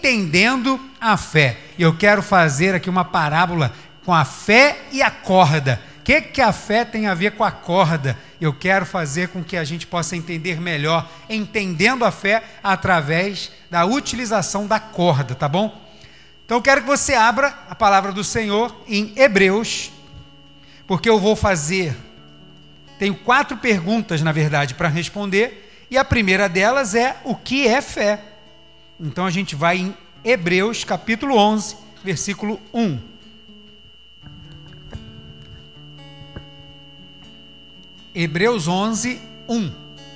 entendendo a fé. E eu quero fazer aqui uma parábola com a fé e a corda. O que a fé tem a ver com a corda? Eu quero fazer com que a gente possa entender melhor, entendendo a fé através da utilização da corda, tá bom? Então eu quero que você abra a palavra do Senhor em Hebreus, porque eu vou fazer, tenho 4 perguntas na verdade para responder, e a primeira delas é: o que é fé? Então a gente vai em Hebreus capítulo 11, versículo 1. Hebreus 11, 1.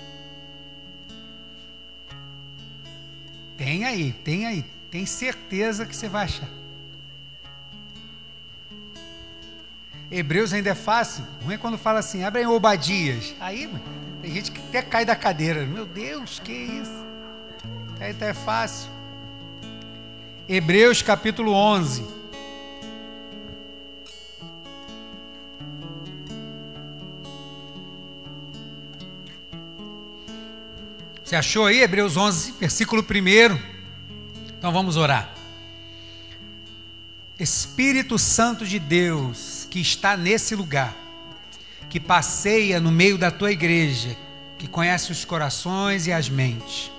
Tem aí, tem certeza que você vai achar. Hebreus ainda é fácil, ruim é quando fala assim, abre em Obadias. Aí tem gente que até cai da cadeira. Meu Deus, que isso? Aí tá fácil. Hebreus capítulo 11. Você achou aí Hebreus 11, versículo 1? Então vamos orar. Espírito Santo de Deus, que está nesse lugar, que passeia no meio da tua igreja, que conhece os corações e as mentes,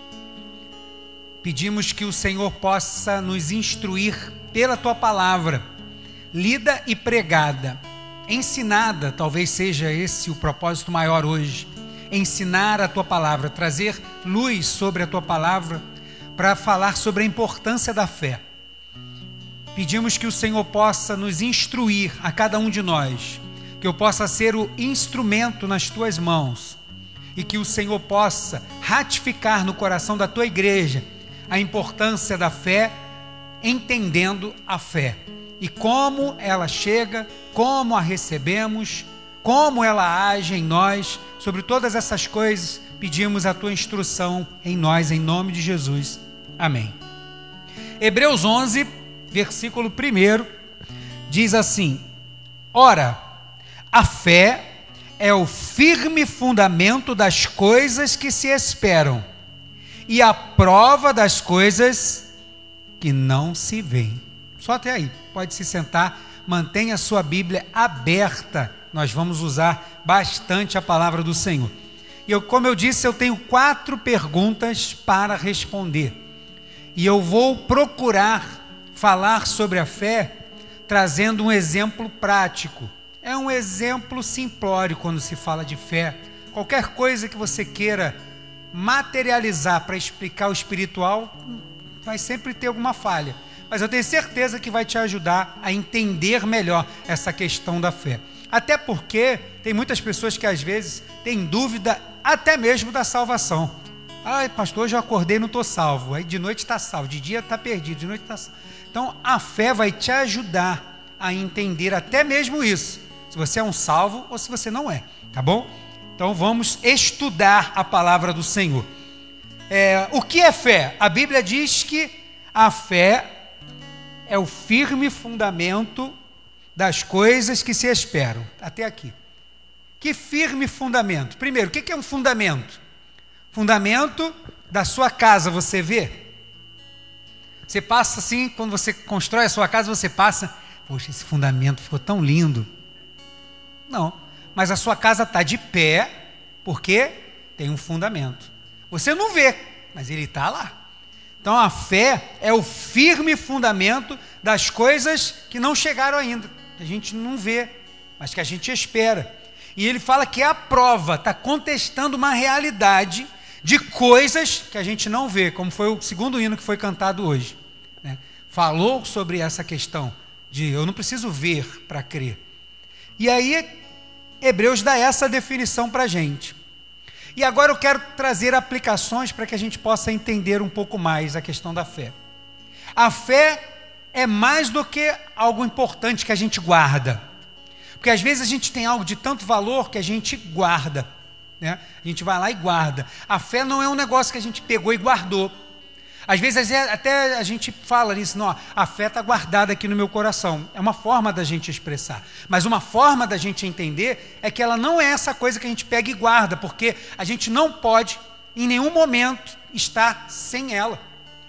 pedimos que o Senhor possa nos instruir pela tua palavra, lida e pregada, ensinada, talvez seja esse o propósito maior hoje, ensinar a tua palavra, trazer luz sobre a tua palavra, para falar sobre a importância da fé. Pedimos que o Senhor possa nos instruir a cada um de nós, que eu possa ser o instrumento nas tuas mãos, e que o Senhor possa ratificar no coração da tua igreja a importância da fé, entendendo a fé, e como ela chega, como a recebemos, como ela age em nós. Sobre todas essas coisas, pedimos a tua instrução em nós, em nome de Jesus. Amém. Hebreus 11, versículo 1, diz assim: ora, a fé é o firme fundamento das coisas que se esperam, e a prova das coisas que não se veem. Só até aí, pode se sentar, mantenha a sua Bíblia aberta. Nós vamos usar bastante a palavra do Senhor. E como eu disse, eu tenho 4 perguntas para responder. E eu vou procurar falar sobre a fé trazendo um exemplo prático. É um exemplo simplório quando se fala de fé. Qualquer coisa que você queira materializar para explicar o espiritual, vai sempre ter alguma falha. Mas eu tenho certeza que vai te ajudar a entender melhor essa questão da fé. Até porque tem muitas pessoas que às vezes têm dúvida até mesmo da salvação. Ai, pastor, hoje eu acordei e não estou salvo. Aí de noite está salvo, de dia está perdido, de noite está salvo. Então a fé vai te ajudar a entender até mesmo isso. Se você é um salvo ou se você não é, tá bom? Então vamos estudar a palavra do Senhor. O que é fé? A Bíblia diz que a fé é o firme fundamento das coisas que se esperam. Até aqui. Que firme fundamento? Primeiro, o que é um fundamento? Fundamento da sua casa, você vê? Você passa assim, quando você constrói a sua casa, você passa, poxa, esse fundamento ficou tão lindo. Não, mas a sua casa está de pé, porque tem um fundamento. Você não vê, mas ele está lá. Então a fé é o firme fundamento das coisas que não chegaram ainda, que a gente não vê, mas que a gente espera. E ele fala que é a prova, está contestando uma realidade de coisas que a gente não vê, como foi o segundo hino que foi cantado hoje, né? Falou sobre essa questão de eu não preciso ver para crer. E aí Hebreus dá essa definição para a gente. E agora eu quero trazer aplicações para que a gente possa entender um pouco mais a questão da fé. A fé é mais do que algo importante que a gente guarda. Porque às vezes a gente tem algo de tanto valor que a gente guarda, né? A gente vai lá e guarda. A fé não é um negócio que a gente pegou e guardou. Às vezes até a gente fala nisso, não, a fé está guardada aqui no meu coração. É uma forma da gente expressar. Mas uma forma da gente entender é que ela não é essa coisa que a gente pega e guarda, porque a gente não pode, em nenhum momento, estar sem ela.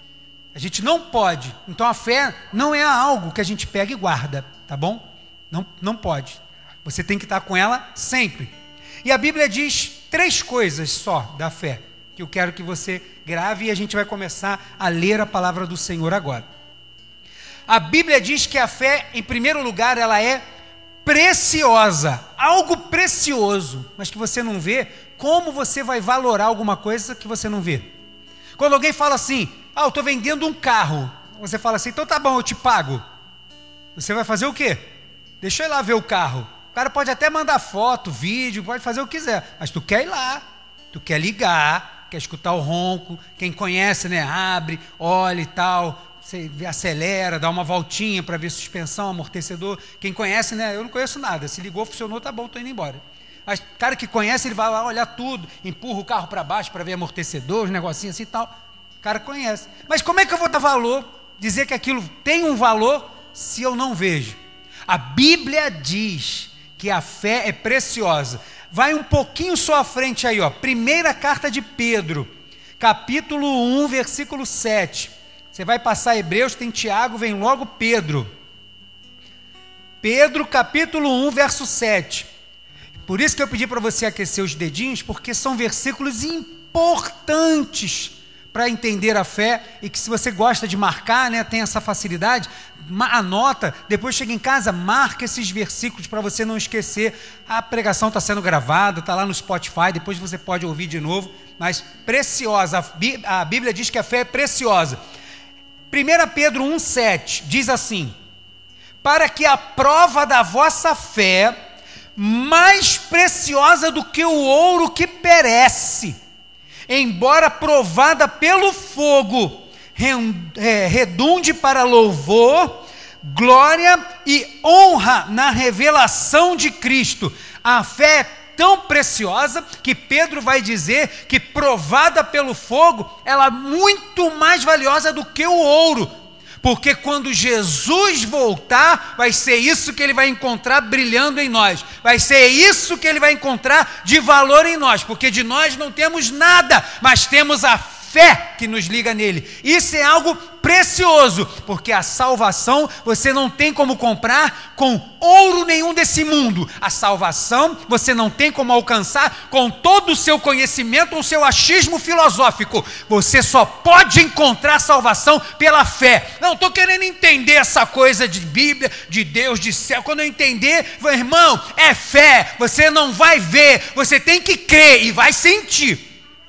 A gente não pode. Então a fé não é algo que a gente pega e guarda, tá bom? Não pode. Você tem que estar com ela sempre. E a Bíblia diz 3 coisas só da fé, que eu quero que você grave e a gente vai começar a ler a palavra do Senhor agora. A Bíblia diz que a fé, em primeiro lugar, ela é preciosa, algo precioso, mas que você não vê. Como você vai valorar alguma coisa que você não vê? Quando alguém fala assim, eu estou vendendo um carro, você fala assim, então tá bom, eu te pago. Você vai fazer o quê? Deixa eu ir lá ver o carro. O cara pode até mandar foto, vídeo, pode fazer o que quiser, mas tu quer ir lá, tu quer ligar, quer escutar o ronco, quem conhece, né, abre, olha e tal, você acelera, dá uma voltinha para ver suspensão, amortecedor. Quem conhece, né, eu não conheço nada, se ligou, funcionou, tá bom, estou indo embora. Mas o cara que conhece, ele vai lá olhar tudo, empurra o carro para baixo para ver amortecedor, os negocinhos assim e tal. O cara conhece. Mas como é que eu vou dar valor, dizer que aquilo tem um valor, se eu não vejo? A Bíblia diz que a fé é preciosa. Vai um pouquinho só à frente aí, ó. Primeira carta de Pedro, capítulo 1, versículo 7. Você vai passar Hebreus, tem Tiago, vem logo Pedro. Pedro, capítulo 1, verso 7. Por isso que eu pedi para você aquecer os dedinhos, porque são versículos importantes para entender a fé, e que se você gosta de marcar, né, tem essa facilidade, anota, depois chega em casa, marca esses versículos para você não esquecer. A pregação está sendo gravada, está lá no Spotify, depois você pode ouvir de novo, mas preciosa, a Bíblia diz que a fé é preciosa. 1 Pedro 1,7 diz assim, para que a prova da vossa fé, mais preciosa do que o ouro que perece, embora provada pelo fogo, redunde para louvor, glória e honra na revelação de Cristo. A fé é tão preciosa que Pedro vai dizer que provada pelo fogo, ela é muito mais valiosa do que o ouro. Porque quando Jesus voltar, vai ser isso que ele vai encontrar brilhando em nós. Vai ser isso que ele vai encontrar de valor em nós. Porque de nós não temos nada, mas temos a fé que nos liga nele. Isso é algo precioso, porque a salvação você não tem como comprar com ouro nenhum desse mundo. A salvação você não tem como alcançar com todo o seu conhecimento ou seu achismo filosófico. Você só pode encontrar salvação pela fé. Não estou querendo entender essa coisa de Bíblia, de Deus, de céu. Quando eu entender, meu irmão, é fé. Você não vai ver, você tem que crer e vai sentir.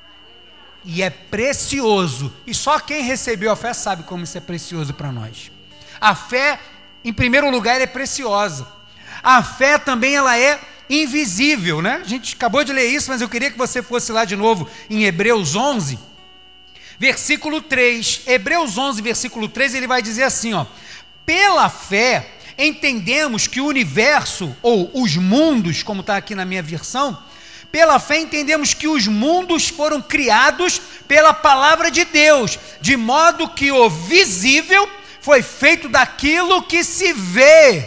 E é precioso, e só quem recebeu a fé sabe como isso é precioso para nós. A fé, em primeiro lugar, é preciosa. A fé também ela é invisível, né? A gente acabou de ler isso, mas eu queria que você fosse lá de novo em Hebreus 11, versículo 3. Hebreus 11, versículo 3, ele vai dizer assim, ó: pela fé entendemos que o universo, ou os mundos, como está aqui na minha versão, pela fé entendemos que os mundos foram criados pela palavra de Deus, de modo que o visível foi feito daquilo que se vê.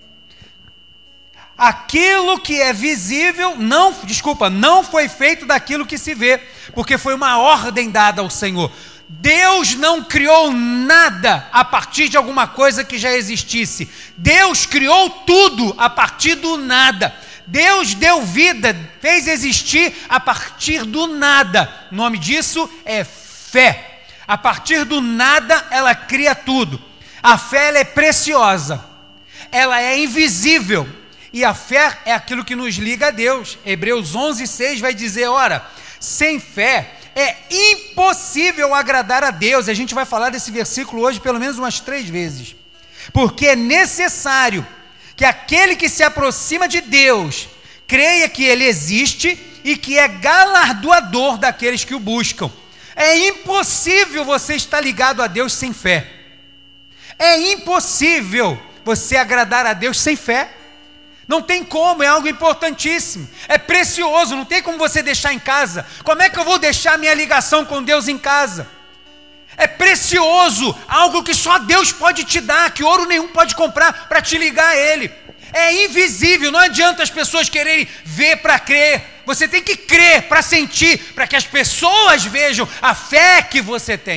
Aquilo que é visível, não foi feito daquilo que se vê, porque foi uma ordem dada ao Senhor. Deus não criou nada a partir de alguma coisa que já existisse. Deus criou tudo a partir do nada. Deus deu vida, fez existir a partir do nada. O nome disso é fé. A partir do nada, ela cria tudo. A fé ela é preciosa. Ela é invisível. E a fé é aquilo que nos liga a Deus. Hebreus 11:6 vai dizer, ora, sem fé é impossível agradar a Deus. A gente vai falar desse versículo hoje pelo menos umas 3 vezes. Porque é necessário que aquele que se aproxima de Deus creia que Ele existe e que é galardoador daqueles que o buscam. É impossível você estar ligado a Deus sem fé. É impossível você agradar a Deus sem fé. Não tem como, é algo importantíssimo. É precioso, não tem como você deixar em casa. Como é que eu vou deixar minha ligação com Deus em casa? É precioso, algo que só Deus pode te dar, que ouro nenhum pode comprar para te ligar a Ele. É invisível, não adianta as pessoas quererem ver para crer. Você tem que crer para sentir, para que as pessoas vejam a fé que você tem.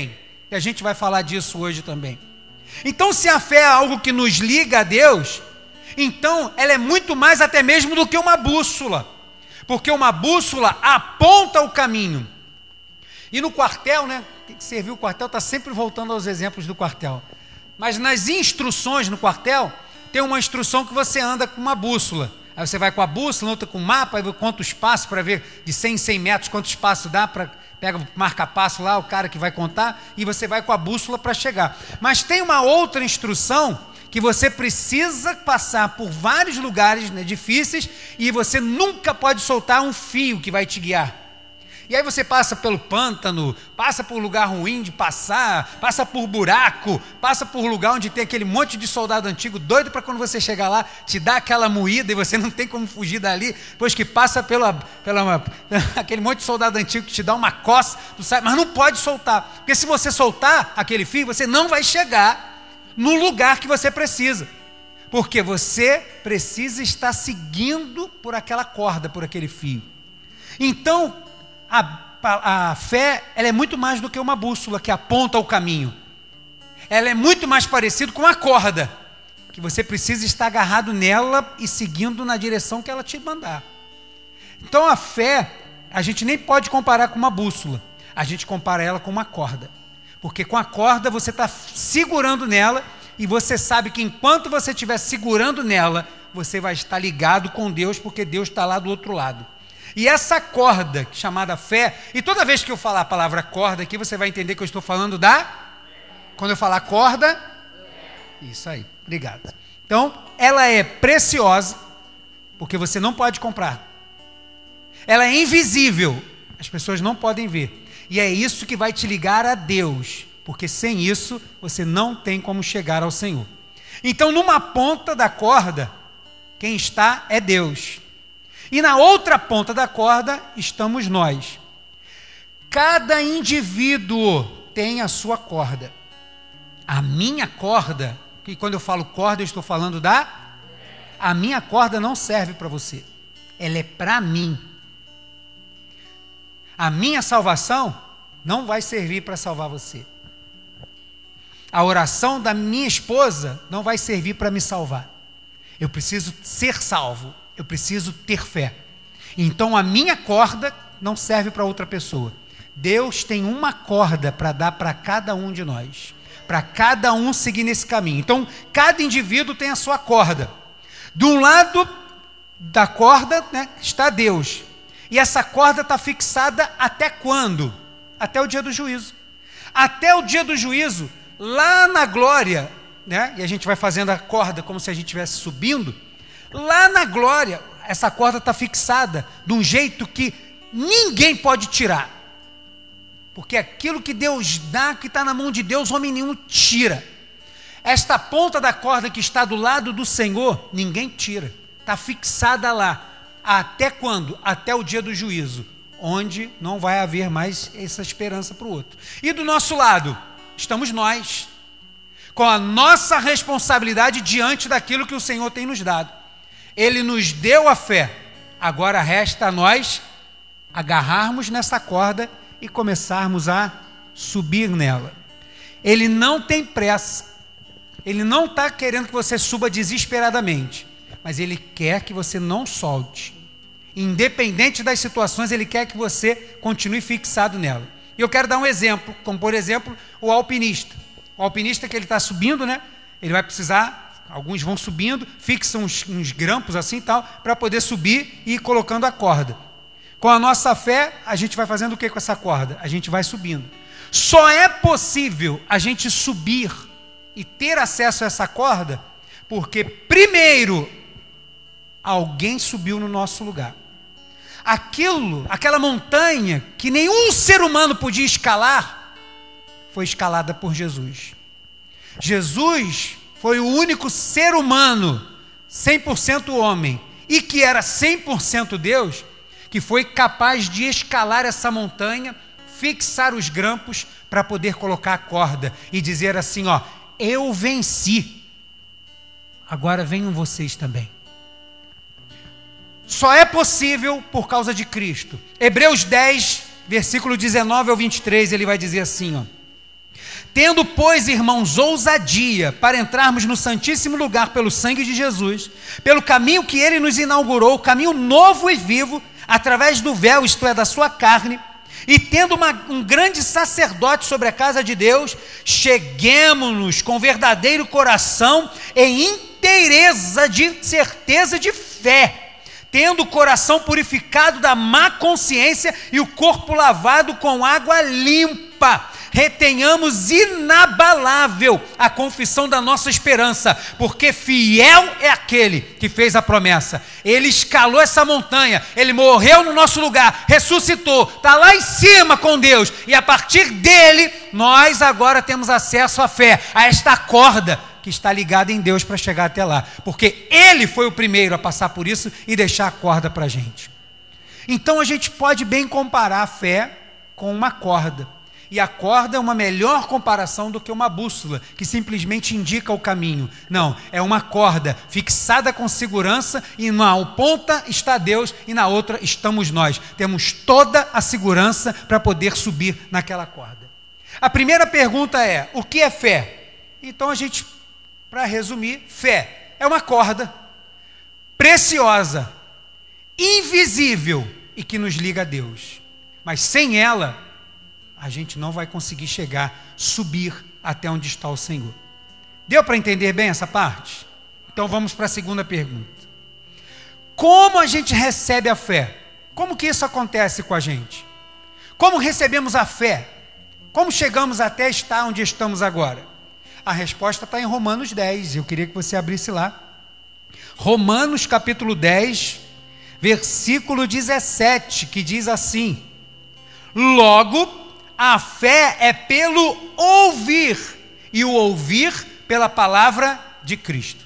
E a gente vai falar disso hoje também. Então, se a fé é algo que nos liga a Deus, então ela é muito mais até mesmo do que uma bússola. Porque uma bússola aponta o caminho. E no quartel, né? Tem que servir o quartel, está sempre voltando aos exemplos do quartel. Mas nas instruções no quartel, tem uma instrução que você anda com uma bússola. Aí você vai com a bússola, outra com o mapa, aí quanto espaço para ver de 100 em 100 metros, quanto espaço dá para... Pega o marca-passo lá, o cara que vai contar, e você vai com a bússola para chegar. Mas tem uma outra instrução que você precisa passar por vários lugares, né, difíceis, e você nunca pode soltar um fio que vai te guiar. E aí você passa pelo pântano, passa por lugar ruim de passar, passa por buraco, passa por lugar onde tem aquele monte de soldado antigo doido para quando você chegar lá, te dar aquela moída e você não tem como fugir dali, depois que passa aquele monte de soldado antigo que te dá uma coça, tu sai, mas não pode soltar, porque se você soltar aquele fio, você não vai chegar no lugar que você precisa, porque você precisa estar seguindo por aquela corda, por aquele fio. Então, a fé, ela é muito mais do que uma bússola que aponta o caminho. Ela é muito mais parecida com uma corda, que você precisa estar agarrado nela e seguindo na direção que ela te mandar. Então a fé, a gente nem pode comparar com uma bússola, a gente compara ela com uma corda. Porque com a corda você está segurando nela e você sabe que enquanto você estiver segurando nela, você vai estar ligado com Deus, porque Deus está lá do outro lado. E essa corda, chamada fé, e toda vez que eu falar a palavra corda aqui, você vai entender que eu estou falando quando eu falar corda, isso aí, obrigado. Então, ela é preciosa, porque você não pode comprar. Ela é invisível, as pessoas não podem ver. E é isso que vai te ligar a Deus, porque sem isso, você não tem como chegar ao Senhor. Então, numa ponta da corda, quem está é Deus. E na outra ponta da corda estamos nós. Cada indivíduo tem a sua corda. A minha corda, e quando eu falo corda, eu estou falando a minha corda não serve para você. Ela é para mim. A minha salvação não vai servir para salvar você. A oração da minha esposa não vai servir para me salvar. Eu preciso ser salvo. Eu preciso ter fé. Então a minha corda não serve para outra pessoa. Deus tem uma corda para dar para cada um de nós, para cada um seguir nesse caminho. Então cada indivíduo tem a sua corda. De um lado da corda, né, está Deus. E essa corda está fixada até quando? Até o dia do juízo. Até o dia do juízo, lá na glória, né? E a gente vai fazendo a corda como se a gente estivesse subindo. Lá na glória, essa corda está fixada de um jeito que ninguém pode tirar. Porque aquilo que Deus dá, que está na mão de Deus, homem nenhum tira. Esta ponta da corda que está do lado do Senhor, ninguém tira. Está fixada lá. Até quando? Até o dia do juízo, onde não vai haver mais essa esperança para o outro. E do nosso lado, estamos nós, com a nossa responsabilidade diante daquilo que o Senhor tem nos dado. Ele nos deu a fé, agora resta a nós agarrarmos nessa corda e começarmos a subir nela. Ele não tem pressa, ele não está querendo que você suba desesperadamente, mas ele quer que você não solte. Independente das situações, ele quer que você continue fixado nela. E eu quero dar um exemplo, como por exemplo, o alpinista. O alpinista que ele está subindo, né? Ele vai precisar... Alguns vão subindo, fixam uns grampos assim e tal, para poder subir e ir colocando a corda. Com a nossa fé, a gente vai fazendo o que com essa corda? A gente vai subindo. Só é possível a gente subir e ter acesso a essa corda, porque primeiro, alguém subiu no nosso lugar. Aquela montanha que nenhum ser humano podia escalar, foi escalada por Jesus. Jesus foi o único ser humano, 100% homem, e que era 100% Deus, que foi capaz de escalar essa montanha, fixar os grampos, para poder colocar a corda, e dizer assim, ó, eu venci, agora venham vocês também. Só é possível por causa de Cristo. Hebreus 10, versículo 19 ao 23, ele vai dizer assim, ó, Tendo, pois, irmãos, ousadia para entrarmos no Santíssimo Lugar pelo sangue de Jesus, pelo caminho que ele nos inaugurou, caminho novo e vivo, através do véu, isto é, da sua carne, e tendo um grande sacerdote sobre a casa de Deus, cheguemo-nos com verdadeiro coração e inteireza de certeza de fé, tendo o coração purificado da má consciência e o corpo lavado com água limpa. Retenhamos inabalável a confissão da nossa esperança, porque fiel é aquele que fez a promessa. Ele escalou essa montanha, ele morreu no nosso lugar, ressuscitou, está lá em cima com Deus, e a partir dele, nós agora temos acesso à fé, a esta corda que está ligada em Deus para chegar até lá, porque ele foi o primeiro a passar por isso e deixar a corda para a gente. Então a gente pode bem comparar a fé com uma corda. E a corda é uma melhor comparação do que uma bússola, que simplesmente indica o caminho. Não, é uma corda fixada com segurança, e na ponta está Deus e na outra estamos nós. Temos toda a segurança para poder subir naquela corda. A primeira pergunta é: o que é fé? Então a gente, para resumir, fé é uma corda preciosa, invisível e que nos liga a Deus. Mas sem ela, a gente não vai conseguir subir até onde está o Senhor. Deu para entender bem essa parte? Então vamos para a segunda pergunta. Como a gente recebe a fé? Como que isso acontece com a gente? Como recebemos a fé? Como chegamos até estar onde estamos agora? A resposta está em Romanos 10, eu queria que você abrisse lá. Romanos capítulo 10, versículo 17, que diz assim: logo, a fé é pelo ouvir, e o ouvir pela palavra de Cristo.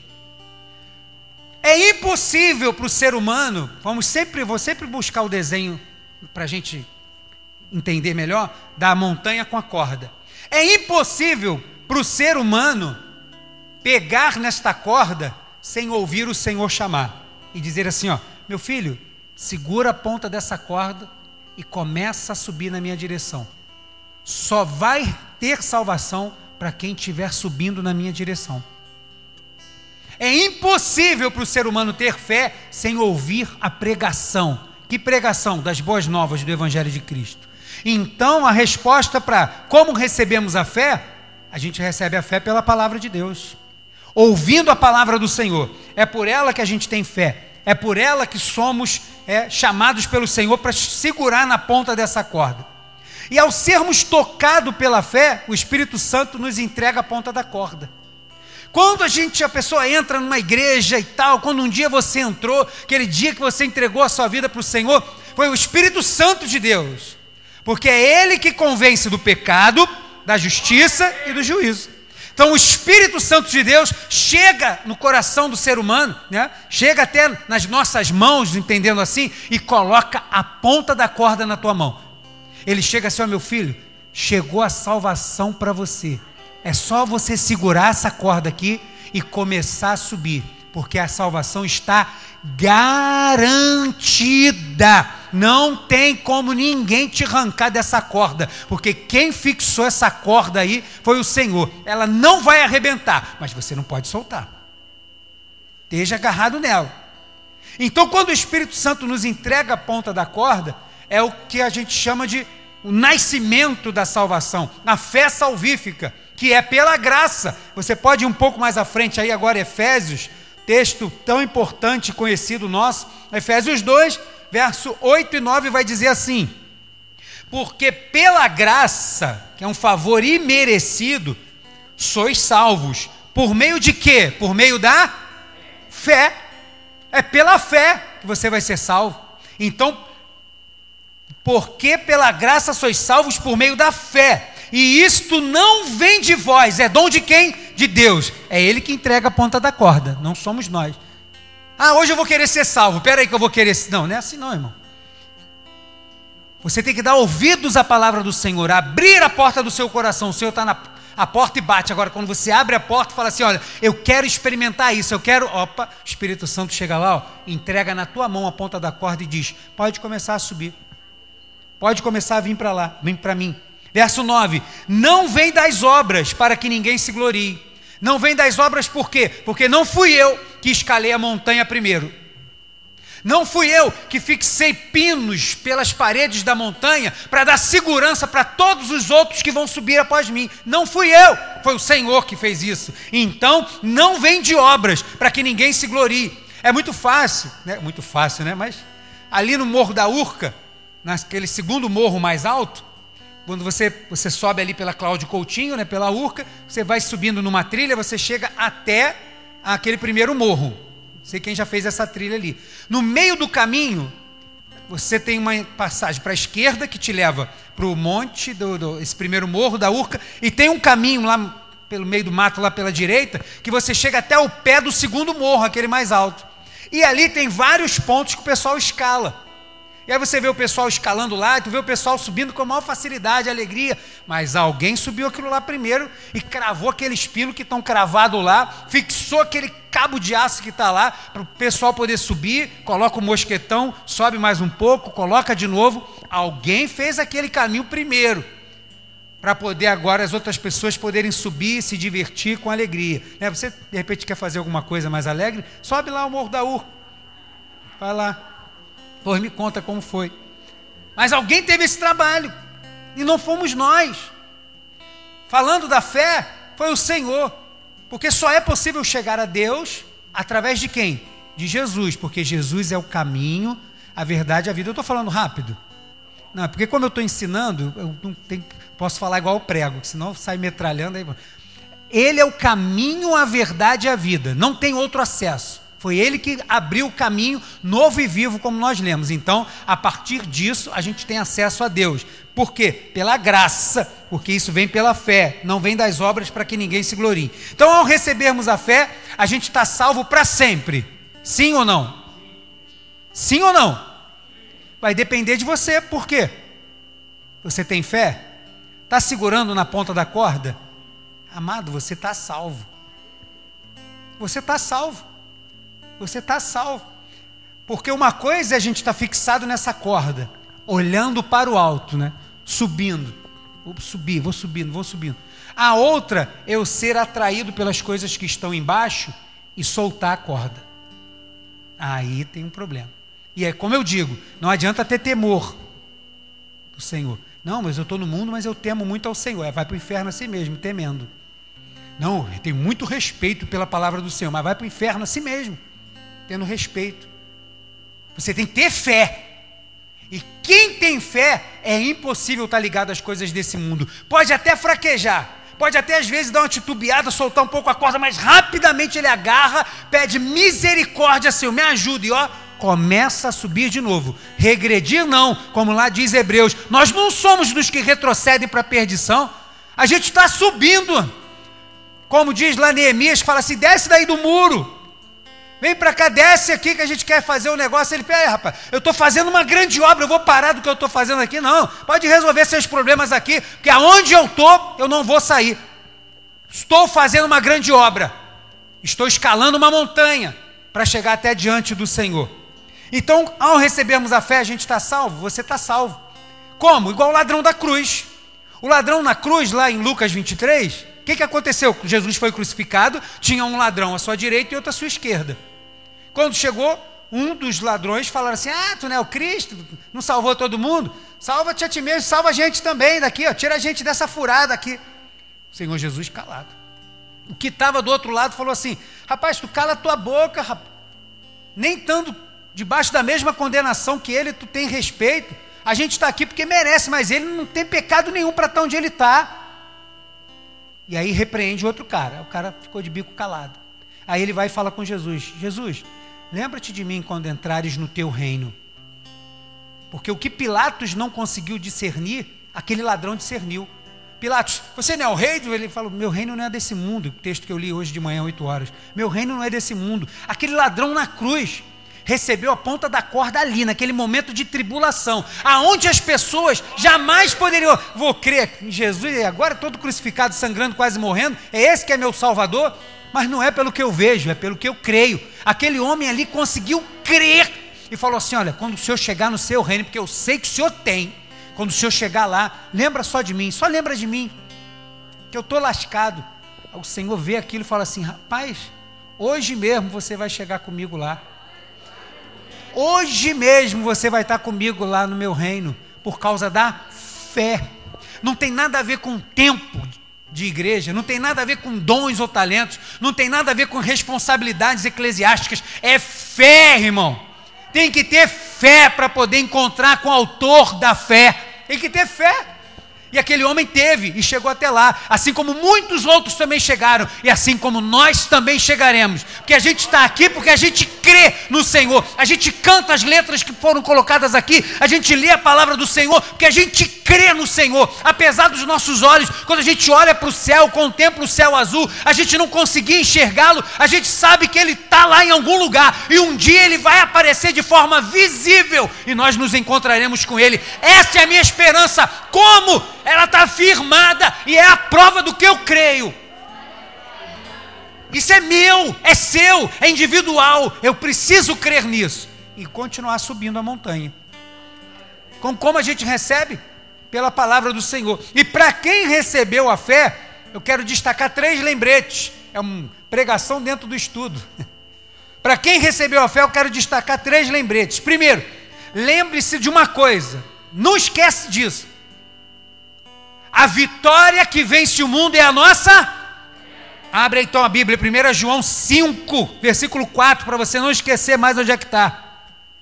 É impossível para o ser humano, vou sempre buscar o desenho para a gente entender melhor, da montanha com a corda. É impossível para o ser humano pegar nesta corda sem ouvir o Senhor chamar e dizer assim: ó, meu filho, segura a ponta dessa corda e começa a subir na minha direção. Só vai ter salvação para quem estiver subindo na minha direção. É impossível para o ser humano ter fé sem ouvir a pregação. Que pregação? Das boas novas do Evangelho de Cristo. Então, a resposta para como recebemos a fé, a gente recebe a fé pela palavra de Deus. Ouvindo a palavra do Senhor. É por ela que a gente tem fé. É por ela que somos chamados pelo Senhor para segurar na ponta dessa corda. E ao sermos tocados pela fé, o Espírito Santo nos entrega a ponta da corda. Quando a pessoa entra numa igreja e tal, quando um dia você entrou, aquele dia que você entregou a sua vida para o Senhor, foi o Espírito Santo de Deus. Porque é Ele que convence do pecado, da justiça e do juízo. Então o Espírito Santo de Deus chega no coração do ser humano, né? Chega até nas nossas mãos, entendendo assim, e coloca a ponta da corda na tua mão. Ele chega assim: ó, meu filho, chegou a salvação para você. É só você segurar essa corda aqui e começar a subir, porque a salvação está garantida. Não tem como ninguém te arrancar dessa corda, porque quem fixou essa corda aí foi o Senhor. Ela não vai arrebentar, mas você não pode soltar. Esteja agarrado nela. Então, quando o Espírito Santo nos entrega a ponta da corda, é o que a gente chama de o nascimento da salvação, a fé salvífica, que é pela graça. Você pode ir um pouco mais à frente aí agora, Efésios, texto tão importante e conhecido nosso, Efésios 2, verso 8 e 9 vai dizer assim: porque pela graça, que é um favor imerecido, sois salvos. Por meio de quê? Por meio da fé. É pela fé que você vai ser salvo. Então, porque pela graça sois salvos por meio da fé. E isto não vem de vós, é dom de quem? De Deus. É Ele que entrega a ponta da corda, não somos nós. Ah, hoje eu vou querer ser salvo, espera aí que eu vou querer... Não, não é assim não, irmão. Você tem que dar ouvidos à palavra do Senhor, abrir a porta do seu coração. O Senhor está na porta e bate. Agora, quando você abre a porta e fala assim: olha, eu quero experimentar isso, eu quero... Opa, o Espírito Santo chega lá, ó, entrega na tua mão a ponta da corda e diz: pode começar a subir. Pode começar a vir para lá, vem para mim. Verso 9, não vem das obras para que ninguém se glorie. Não vem das obras por quê? Porque não fui eu que escalei a montanha primeiro. Não fui eu que fixei pinos pelas paredes da montanha para dar segurança para todos os outros que vão subir após mim. Não fui eu, foi o Senhor que fez isso. Então, não vem de obras para que ninguém se glorie. É muito fácil, né? Muito fácil, né? Mas ali no Morro da Urca, naquele segundo morro mais alto, quando você sobe ali pela Cláudio Coutinho, né? Pela Urca, você vai subindo numa trilha, você chega até aquele primeiro morro. Não sei quem já fez essa trilha ali. No meio do caminho, você tem uma passagem para a esquerda que te leva para o monte, esse primeiro morro da Urca, e tem um caminho lá pelo meio do mato, lá pela direita, que você chega até o pé do segundo morro, aquele mais alto. E ali tem vários pontos que o pessoal escala. E aí você vê o pessoal escalando lá, tu vê o pessoal subindo com a maior facilidade, alegria, mas alguém subiu aquilo lá primeiro e cravou aqueles pinos que estão cravados lá, fixou aquele cabo de aço que está lá, para o pessoal poder subir, coloca o mosquetão, sobe mais um pouco, coloca de novo. Alguém fez aquele caminho primeiro, para poder agora as outras pessoas poderem subir e se divertir com alegria. Você de repente quer fazer alguma coisa mais alegre? Sobe lá o Morro da Urca, vai lá. Pois me conta como foi. Mas alguém teve esse trabalho, e não fomos nós. Falando da fé, foi o Senhor, porque só é possível chegar a Deus através de quem? De Jesus, porque Jesus é o caminho, a verdade e a vida. Eu estou falando rápido? Não, porque como eu estou ensinando, eu não posso falar igual eu prego, senão sai metralhando aí. Ele é o caminho, a verdade e a vida, não tem outro acesso. Foi ele que abriu o caminho novo e vivo, como nós lemos. Então, a partir disso, a gente tem acesso a Deus. Por quê? Pela graça, porque isso vem pela fé, não vem das obras para que ninguém se glorie. Então, ao recebermos a fé, a gente está salvo para sempre. Sim ou não? Sim ou não? Vai depender de você. Por quê? Você tem fé? Está segurando na ponta da corda? Amado, você está salvo. Você está salvo. Você está salvo, porque uma coisa é a gente estar fixado nessa corda, olhando para o alto, né? Subindo, vou subindo. A outra é eu ser atraído pelas coisas que estão embaixo e soltar a corda. Aí tem um problema. E é como eu digo, não adianta ter temor do Senhor. Não, mas eu estou no mundo, mas eu temo muito ao Senhor. Vai para o inferno assim mesmo, temendo. Não, eu tenho muito respeito pela palavra do Senhor, mas vai para o inferno assim mesmo, tendo respeito. Você tem que ter fé. E quem tem fé, é impossível estar ligado às coisas desse mundo. Pode até fraquejar, pode até às vezes dar uma titubeada, soltar um pouco a corda, mas rapidamente ele agarra, pede misericórdia, Senhor, me ajuda, e ó, começa a subir de novo. Regredir não, como lá diz Hebreus, nós não somos dos que retrocedem para a perdição, a gente está subindo, como diz lá Neemias, que fala assim, desce daí do muro, vem para cá, desce aqui que a gente quer fazer um negócio. Ele pede, rapaz, eu estou fazendo uma grande obra, eu vou parar do que eu estou fazendo aqui? Não, pode resolver seus problemas aqui, porque aonde eu estou, eu não vou sair. Estou fazendo uma grande obra, estou escalando uma montanha, para chegar até diante do Senhor. Então, ao recebermos a fé, a gente está salvo, você está salvo. Como? Igual o ladrão da cruz. O ladrão na cruz, lá em Lucas 23, o que aconteceu? Jesus foi crucificado, tinha um ladrão à sua direita e outro à sua esquerda. Quando chegou, um dos ladrões falaram assim, tu não é o Cristo, não salvou todo mundo? Salva-te a ti mesmo, salva a gente também daqui, ó, tira a gente dessa furada aqui. O Senhor Jesus calado. O que estava do outro lado falou assim, rapaz, tu cala a tua boca, rapaz. Nem estando debaixo da mesma condenação que ele, tu tem respeito. A gente está aqui porque merece, mas ele não tem pecado nenhum para estar onde ele está. E aí repreende o outro cara. O cara ficou de bico calado. Aí ele vai e fala com Jesus, Jesus, lembra-te de mim quando entrares no teu reino. Porque o que Pilatos não conseguiu discernir, aquele ladrão discerniu. Pilatos, você não é o rei? Ele falou, meu reino não é desse mundo. O texto que eu li hoje de manhã, 8 horas. Meu reino não é desse mundo. Aquele ladrão na cruz recebeu a ponta da corda ali, naquele momento de tribulação, aonde as pessoas jamais poderiam, vou crer em Jesus, agora todo crucificado, sangrando, quase morrendo, é esse que é meu Salvador? Mas não é pelo que eu vejo, é pelo que eu creio. Aquele homem ali conseguiu crer, e falou assim, olha, quando o Senhor chegar no seu reino, porque eu sei que o Senhor tem, quando o Senhor chegar lá, lembra só de mim, só lembra de mim, que eu estou lascado. O Senhor vê aquilo e fala assim: rapaz, hoje mesmo você vai chegar comigo lá. Hoje mesmo você vai estar comigo lá no meu reino, por causa da fé. Não tem nada a ver com tempo de igreja, não tem nada a ver com dons ou talentos, não tem nada a ver com responsabilidades eclesiásticas, é fé, irmão. Tem que ter fé para poder encontrar com o autor da fé, tem que ter fé. E aquele homem teve e chegou até lá, assim como muitos outros também chegaram, e assim como nós também chegaremos, porque a gente está aqui porque a gente crê no Senhor, a gente canta as letras que foram colocadas aqui, a gente lê a palavra do Senhor, porque a gente crê no Senhor, apesar dos nossos olhos, quando a gente olha para o céu, contempla o céu azul, a gente não conseguir enxergá-lo, a gente sabe que ele está lá em algum lugar, e um dia ele vai aparecer de forma visível, e nós nos encontraremos com ele. Essa é a minha esperança. Como? Ela está firmada e é a prova do que eu creio. Isso é meu, é seu, é individual. Eu preciso crer nisso e continuar subindo a montanha. Como a gente recebe? Pela palavra do Senhor. E para quem recebeu a fé, eu quero destacar 3 lembretes. É uma pregação dentro do estudo. Para quem recebeu a fé, eu quero destacar 3 lembretes. Primeiro, lembre-se de uma coisa, não esquece disso. A vitória que vence o mundo é a nossa. Abre então a Bíblia, 1 João 5, versículo 4, para você não esquecer mais onde é que está.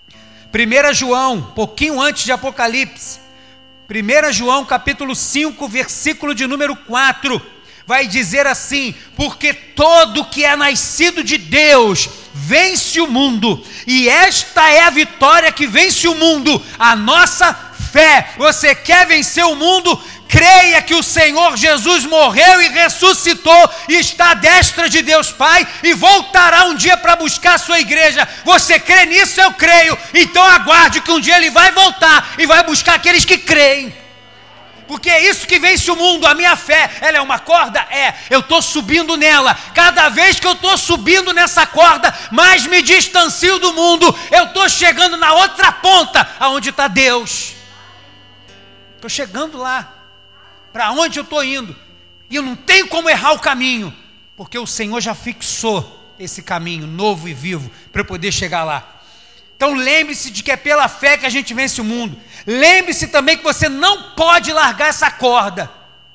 1 João, pouquinho antes de Apocalipse. 1 João capítulo 5, versículo de número 4. Vai dizer assim: porque todo que é nascido de Deus vence o mundo, e esta é a vitória que vence o mundo, a nossa fé. Você quer vencer o mundo? Creia que o Senhor Jesus morreu e ressuscitou e está à destra de Deus Pai e voltará um dia para buscar a sua igreja. Você crê nisso? Eu creio. Então aguarde que um dia Ele vai voltar e vai buscar aqueles que creem. Porque é isso que vence o mundo. A minha fé, ela é uma corda? É. Eu estou subindo nela. Cada vez que eu estou subindo nessa corda, mais me distancio do mundo. Eu estou chegando na outra ponta, aonde está Deus. Estou chegando lá. Para onde eu estou indo? E eu não tenho como errar o caminho, porque o Senhor já fixou esse caminho novo e vivo para eu poder chegar lá. Então lembre-se de que é pela fé que a gente vence o mundo. Lembre-se também que você não pode largar essa corda.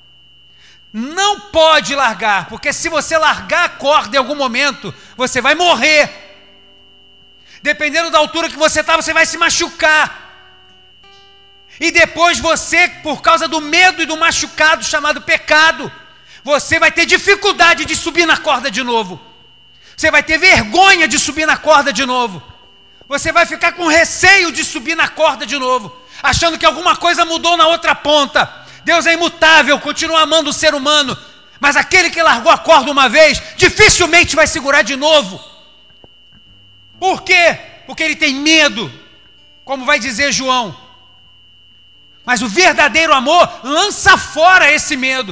Não pode largar, porque se você largar a corda em algum momento, você vai morrer. Dependendo da altura que você está, você vai se machucar. E depois você, por causa do medo e do machucado chamado pecado, você vai ter dificuldade de subir na corda de novo. Você vai ter vergonha de subir na corda de novo. Você vai ficar com receio de subir na corda de novo, achando que alguma coisa mudou na outra ponta. Deus é imutável, continua amando o ser humano, mas aquele que largou a corda uma vez, dificilmente vai segurar de novo. Por quê? Porque ele tem medo, como vai dizer João. Mas o verdadeiro amor lança fora esse medo.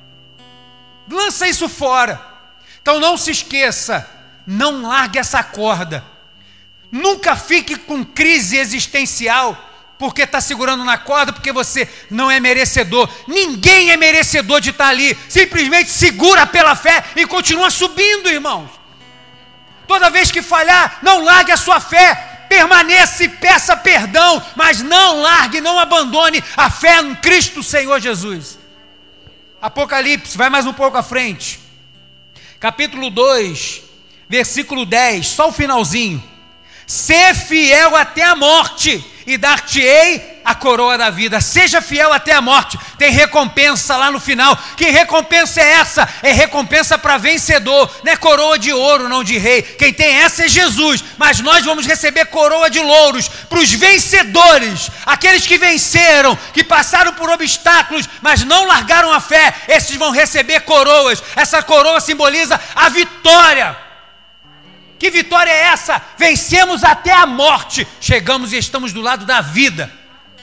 Lança isso fora. Então não se esqueça, não largue essa corda. Nunca fique com crise existencial, porque está segurando na corda, porque você não é merecedor. Ninguém é merecedor de estar ali. Simplesmente segura pela fé e continua subindo, irmãos. Toda vez que falhar, não largue a sua fé. Permaneça e peça perdão, mas não largue, não abandone a fé em Cristo Senhor Jesus. Apocalipse, vai mais um pouco à frente. Capítulo 2, versículo 10, só o finalzinho. Ser fiel até a morte e dar-te-ei a coroa da vida. Seja fiel até a morte. Tem recompensa lá no final. Que recompensa é essa? É recompensa para vencedor. Não é coroa de ouro, não de rei. Quem tem essa é Jesus. Mas nós vamos receber coroa de louros para os vencedores. Aqueles que venceram, que passaram por obstáculos, mas não largaram a fé. Esses vão receber coroas. Essa coroa simboliza a vitória. Que vitória é essa? Vencemos até a morte, chegamos e estamos do lado da vida.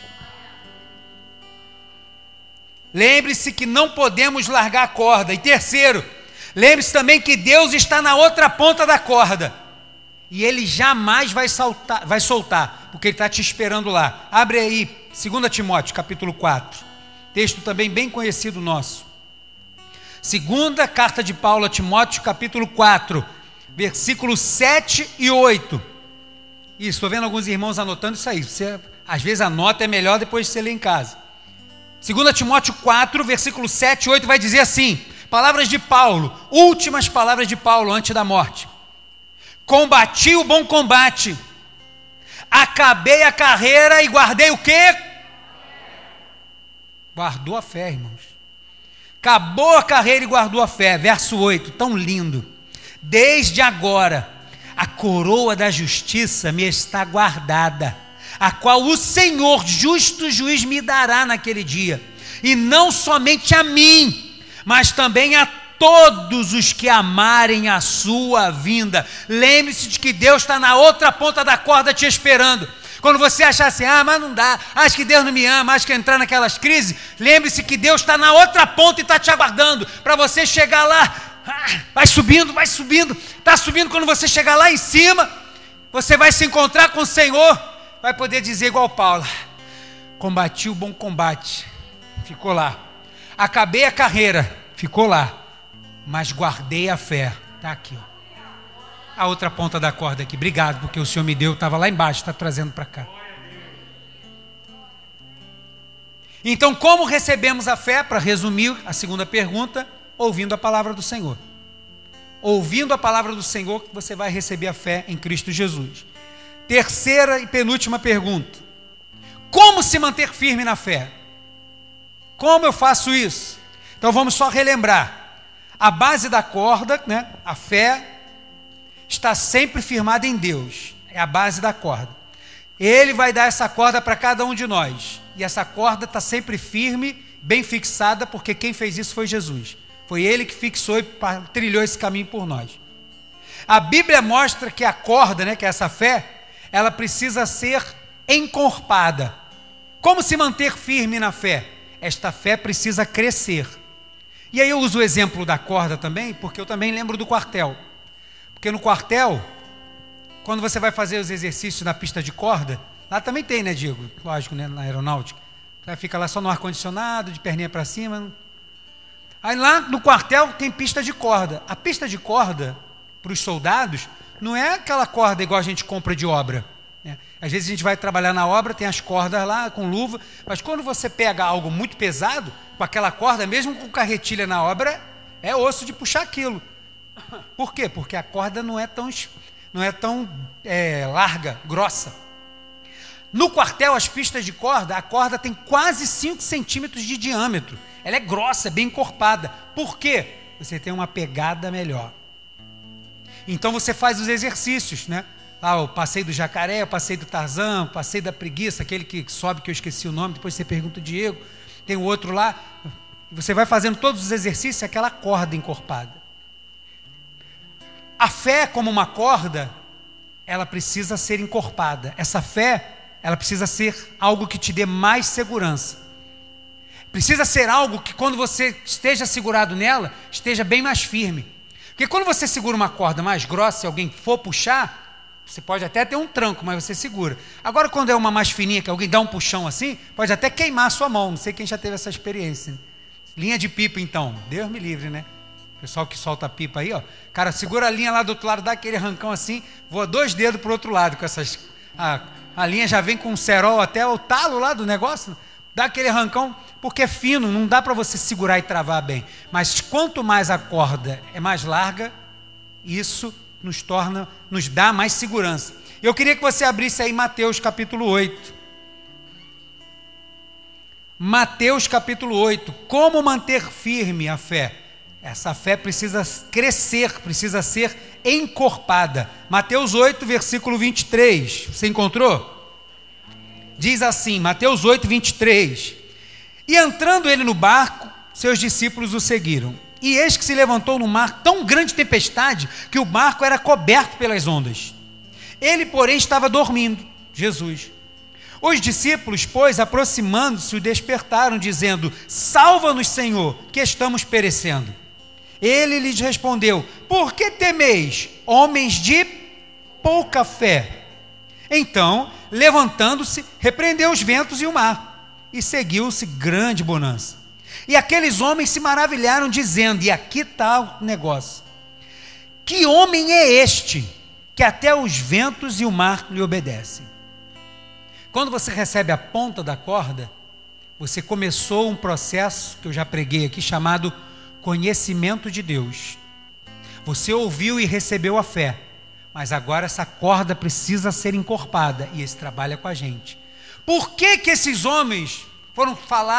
Lembre-se que não podemos largar a corda. E terceiro, lembre-se também que Deus está na outra ponta da corda. E Ele jamais vai soltar, porque Ele está te esperando lá. Abre aí, 2 Timóteo, capítulo 4, texto também bem conhecido nosso. Segunda carta de Paulo a Timóteo, capítulo 4, versículos 7 e 8. Isso, estou vendo alguns irmãos anotando isso aí. Você, às vezes a nota é melhor depois de você ler em casa. 2 Timóteo 4, versículos 7 e 8 vai dizer assim, palavras de Paulo, últimas palavras de Paulo antes da morte. Combati o bom combate, acabei a carreira e guardei o quê? Guardou a fé, irmãos. Acabou a carreira e guardou a fé. Verso 8, tão lindo. Desde agora, a coroa da justiça me está guardada, a qual o Senhor, justo juiz, me dará naquele dia. E não somente a mim, mas também a todos os que amarem a sua vinda. Lembre-se de que Deus está na outra ponta da corda te esperando. Quando você achar assim, mas não dá, acho que Deus não me ama, acho que entrar naquelas crises, lembre-se que Deus está na outra ponta e está te aguardando, para você chegar lá, vai subindo, está subindo, quando você chegar lá em cima, você vai se encontrar com o Senhor, vai poder dizer igual Paulo, combati o bom combate, ficou lá, acabei a carreira, ficou lá, mas guardei a fé, está aqui, ó. A outra ponta da corda aqui, obrigado, porque o Senhor me deu, estava lá embaixo, está trazendo para cá. Então, como recebemos a fé? Para resumir a segunda pergunta, ouvindo a palavra do Senhor. Ouvindo a palavra do Senhor, você vai receber a fé em Cristo Jesus. Terceira e penúltima pergunta, como se manter firme na fé? Como eu faço isso? Então vamos só relembrar, a base da corda, né? A fé está sempre firmada em Deus, é a base da corda. Ele vai dar essa corda para cada um de nós, e essa corda está sempre firme, bem fixada, porque quem fez isso foi Jesus. Foi Ele que fixou e trilhou esse caminho por nós. A Bíblia mostra que a corda, né, que é essa fé, ela precisa ser encorpada. Como se manter firme na fé? Esta fé precisa crescer. E aí eu uso o exemplo da corda também, porque eu também lembro do quartel. Porque no quartel, quando você vai fazer os exercícios na pista de corda, lá também tem, né, Diego? Lógico, né, na aeronáutica. Você fica lá só no ar-condicionado, de perninha para cima. Aí lá no quartel tem pista de corda. A pista de corda, para os soldados, não é aquela corda igual a gente compra de obra, né? Às vezes a gente vai trabalhar na obra, tem as cordas lá com luva, mas quando você pega algo muito pesado, com aquela corda, mesmo com carretilha na obra, é osso de puxar aquilo. Por quê? Porque a corda não é tão larga, grossa. No quartel, as pistas de corda, a corda tem quase 5 centímetros de diâmetro. Ela é grossa, bem encorpada. Por quê? Você tem uma pegada melhor. Então você faz os exercícios, né? Lá o passeio do jacaré, o passeio do Tarzan, o passeio da preguiça, aquele que sobe, que eu esqueci o nome, depois você pergunta o Diego. Tem o outro lá. Você vai fazendo todos os exercícios, aquela corda encorpada. A fé, como uma corda, ela precisa ser encorpada. Essa fé, ela precisa ser algo que te dê mais segurança. Precisa ser algo que quando você esteja segurado nela, esteja bem mais firme. Porque quando você segura uma corda mais grossa, se alguém for puxar, você pode até ter um tranco, mas você segura. Agora, quando é uma mais fininha, que alguém dá um puxão assim, pode até queimar a sua mão. Não sei quem já teve essa experiência. Linha de pipa, então. Deus me livre, né? Pessoal que solta a pipa aí, ó. Cara, segura a linha lá do outro lado, dá aquele arrancão assim, voa 2 dedos pro outro lado com essas... A linha já vem com um cerol até o talo lá do negócio, dá aquele arrancão, porque é fino, não dá para você segurar e travar bem. Mas quanto mais a corda é mais larga, isso nos dá mais segurança. Eu queria que você abrisse aí Mateus capítulo 8. Mateus capítulo 8. Como manter firme a fé? Essa fé precisa crescer, precisa ser encorpada. Mateus 8, versículo 23. Você encontrou? Diz assim, Mateus 8, 23. E entrando ele no barco, seus discípulos o seguiram. E eis que se levantou no mar tão grande tempestade, que o barco era coberto pelas ondas. Ele, porém, estava dormindo, Jesus. Os discípulos, pois, aproximando-se, o despertaram, dizendo: salva-nos, Senhor, que estamos perecendo. Ele lhes respondeu: por que temeis, homens de pouca fé? Então, levantando-se, repreendeu os ventos e o mar, e seguiu-se grande bonança. E aqueles homens se maravilharam, dizendo, e aqui está o negócio, que homem é este, que até os ventos e o mar lhe obedecem? Quando você recebe a ponta da corda, você começou um processo, que eu já preguei aqui, chamado conhecimento de Deus. Você ouviu e recebeu a fé, mas agora essa corda precisa ser encorpada, e esse trabalho é com a gente. Por que que esses homens foram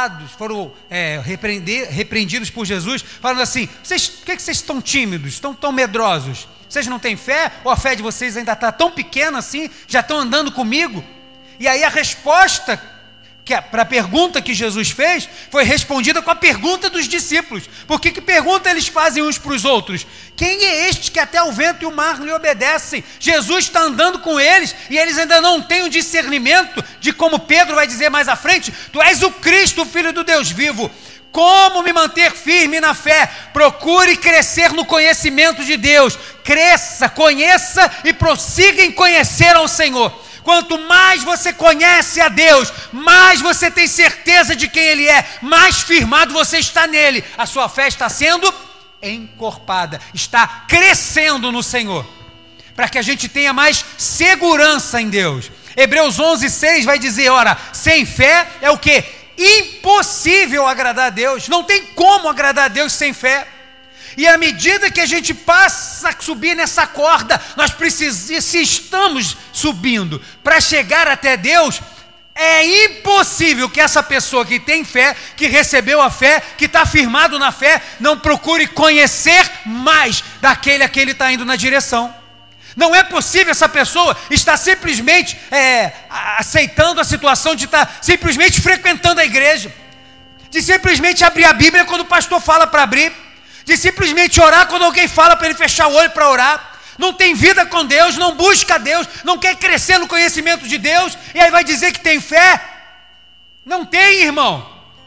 repreendidos por Jesus, falando assim, por que vocês estão tímidos, estão tão medrosos? Vocês não têm fé? Ou a fé de vocês ainda está tão pequena assim, já estão andando comigo? E aí a resposta para a pergunta que Jesus fez, foi respondida com a pergunta dos discípulos. Por que pergunta eles fazem uns para os outros? Quem é este que até o vento e o mar lhe obedecem? Jesus está andando com eles, e eles ainda não têm o discernimento de, como Pedro vai dizer mais à frente, tu és o Cristo, o Filho do Deus vivo. Como me manter firme na fé? Procure crescer no conhecimento de Deus. Cresça, conheça e prossiga em conhecer ao Senhor. Quanto mais você conhece a Deus, mais você tem certeza de quem Ele é, mais firmado você está nele. A sua fé está sendo encorpada, está crescendo no Senhor, para que a gente tenha mais segurança em Deus. Hebreus 11:6 vai dizer, ora, sem fé é o quê? Impossível agradar a Deus. Não tem como agradar a Deus sem fé. E à medida que a gente passa a subir nessa corda, nós precisamos, se estamos subindo para chegar até Deus, é impossível que essa pessoa que tem fé, que recebeu a fé, que está firmado na fé, não procure conhecer mais daquele a que ele está indo na direção. Não é possível essa pessoa estar simplesmente aceitando a situação de estar simplesmente frequentando a igreja, de simplesmente abrir a Bíblia quando o pastor fala para abrir, de simplesmente orar quando alguém fala para ele fechar o olho para orar. Não tem vida com Deus, não busca Deus, não quer crescer no conhecimento de Deus, e aí vai dizer que tem fé? Não tem, irmão.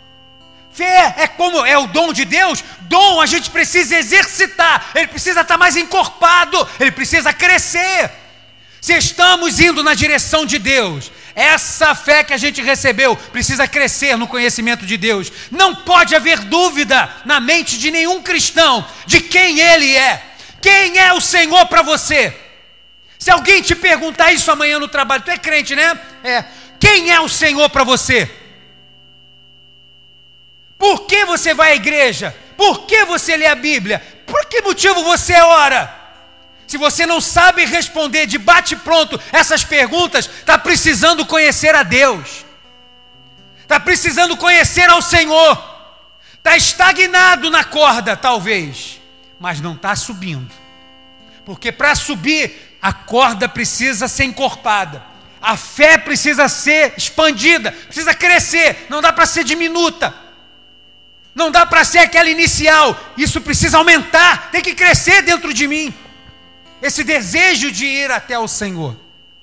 Fé é o dom de Deus. Dom a gente precisa exercitar, ele precisa estar mais encorpado, ele precisa crescer. Se estamos indo na direção de Deus, essa fé que a gente recebeu precisa crescer no conhecimento de Deus. Não pode haver dúvida na mente de nenhum cristão de quem Ele é. Quem é o Senhor para você? Se alguém te perguntar isso amanhã no trabalho, tu é crente, né? Quem é o Senhor para você? Por que você vai à igreja? Por que você lê a Bíblia? Por que motivo você ora? Se você não sabe responder de bate-pronto essas perguntas, está precisando conhecer a Deus, está precisando conhecer ao Senhor, está estagnado na corda talvez, mas não está subindo, porque para subir a corda precisa ser encorpada, a fé precisa ser expandida, precisa crescer, não dá para ser diminuta, não dá para ser aquela inicial, isso precisa aumentar, tem que crescer dentro de mim. Esse desejo de ir até o Senhor.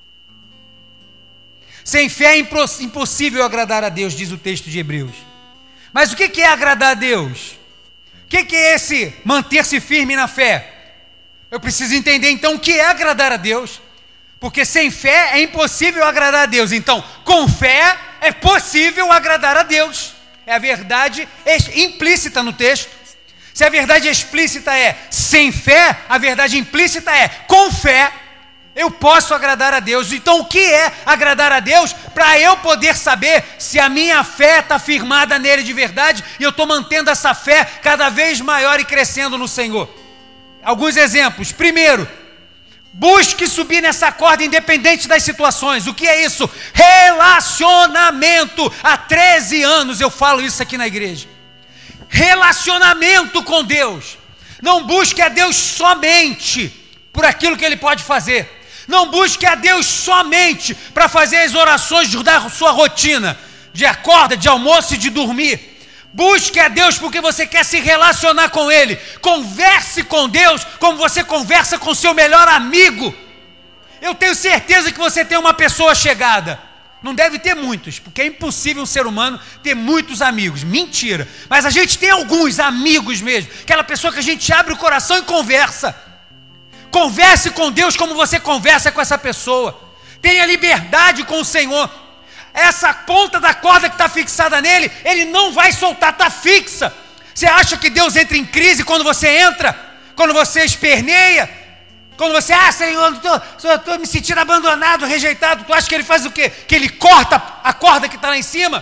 Sem fé é impossível agradar a Deus, diz o texto de Hebreus. Mas o que é agradar a Deus? O que é esse manter-se firme na fé? Eu preciso entender então o que é agradar a Deus. Porque sem fé é impossível agradar a Deus. Então, com fé é possível agradar a Deus. É a verdade implícita no texto. Se a verdade explícita é sem fé, a verdade implícita é com fé, eu posso agradar a Deus. Então o que é agradar a Deus? Para eu poder saber se a minha fé está firmada nele de verdade e eu estou mantendo essa fé cada vez maior e crescendo no Senhor. Alguns exemplos. Primeiro, busque subir nessa corda independente das situações. O que é isso? Relacionamento. Há 13 anos eu falo isso aqui na igreja. Relacionamento com Deus. Não busque a Deus somente por aquilo que Ele pode fazer. Não busque a Deus somente para fazer as orações da sua rotina, de acorda, de almoço e de dormir. Busque a Deus porque você quer se relacionar com Ele. Converse com Deus como você conversa com seu melhor amigo. Eu tenho certeza que você tem uma pessoa chegada. Não deve ter muitos, porque é impossível um ser humano ter muitos amigos. Mentira. Mas a gente tem alguns amigos mesmo. Aquela pessoa que a gente abre o coração e conversa. Converse com Deus como você conversa com essa pessoa. Tenha liberdade com o Senhor. Essa ponta da corda que está fixada nele, ele não vai soltar, está fixa. Você acha que Deus entra em crise quando você entra? Quando você esperneia? Quando você, Senhor, estou me sentindo abandonado, rejeitado. Tu acha que ele faz o quê? Que ele corta a corda que está lá em cima?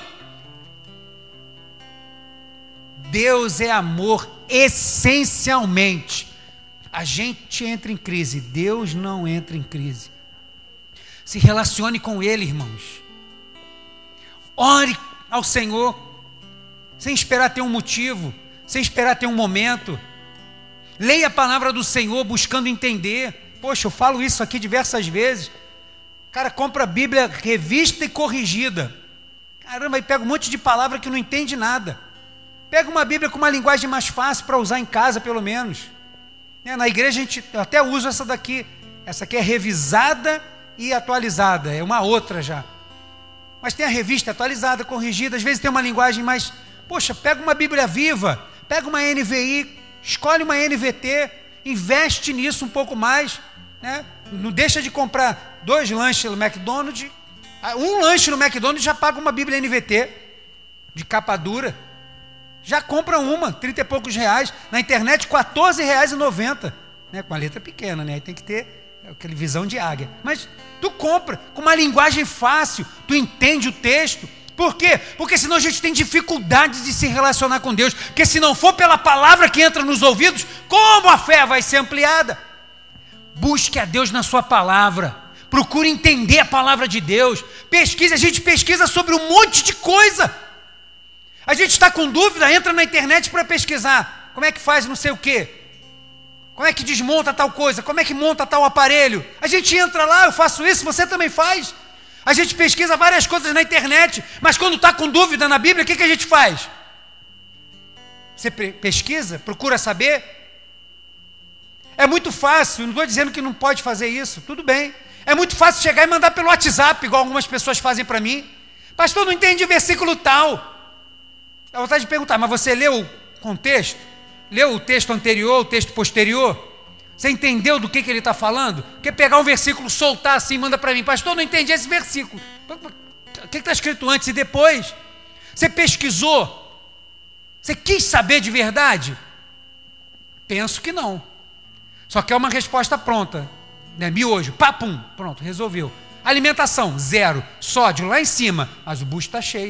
Deus é amor essencialmente. A gente entra em crise, Deus não entra em crise. Se relacione com Ele, irmãos. Ore ao Senhor, sem esperar ter um motivo, sem esperar ter um momento. Leia a palavra do Senhor buscando entender. Poxa, eu falo isso aqui diversas vezes. Cara, compra a Bíblia revista e corrigida. Caramba, aí pega um monte de palavra que não entende nada. Pega uma Bíblia com uma linguagem mais fácil para usar em casa, pelo menos. Na igreja eu até uso essa daqui. Essa aqui é revisada e atualizada. É uma outra já. Mas tem a revista atualizada, corrigida. Às vezes tem uma linguagem mais... Poxa, pega uma Bíblia Viva. Pega uma NVI. Escolhe uma NVT. Investe nisso um pouco mais. Né? Não deixa de comprar 2 lanches no McDonald's. Um lanche no McDonald's já paga uma Bíblia NVT. De capa dura. Já compra uma, 30 e poucos reais. Na internet, R$14,90. Né? Com a letra pequena, né? Aí tem que ter aquela visão de águia. Mas tu compra, com uma linguagem fácil, tu entende o texto. Por quê? Porque senão a gente tem dificuldade de se relacionar com Deus. Porque se não for pela palavra que entra nos ouvidos, como a fé vai ser ampliada? Busque a Deus na sua palavra. Procure entender a palavra de Deus. Pesquise, a gente pesquisa sobre um monte de coisa. A gente está com dúvida, entra na internet para pesquisar. Como é que faz não sei o quê? Como é que desmonta tal coisa? Como é que monta tal aparelho? A gente entra lá, eu faço isso, você também faz. A gente pesquisa várias coisas na internet, mas quando está com dúvida na Bíblia, o que a gente faz? Você pesquisa, procura saber? É muito fácil, não estou dizendo que não pode fazer isso, tudo bem. É muito fácil chegar e mandar pelo WhatsApp, igual algumas pessoas fazem para mim. Pastor, não entende o versículo tal. Dá vontade de perguntar, mas você leu o contexto? Leu o texto anterior, o texto posterior? Você entendeu do que ele está falando? Quer pegar um versículo, soltar assim, manda para mim. Pastor, não entendi esse versículo. O que está escrito antes e depois? Você pesquisou? Você quis saber de verdade? Penso que não. Só quer uma resposta pronta. Né? Miojo, papum, pronto, resolveu. Alimentação, 0. Sódio lá em cima, mas o bucho está cheio.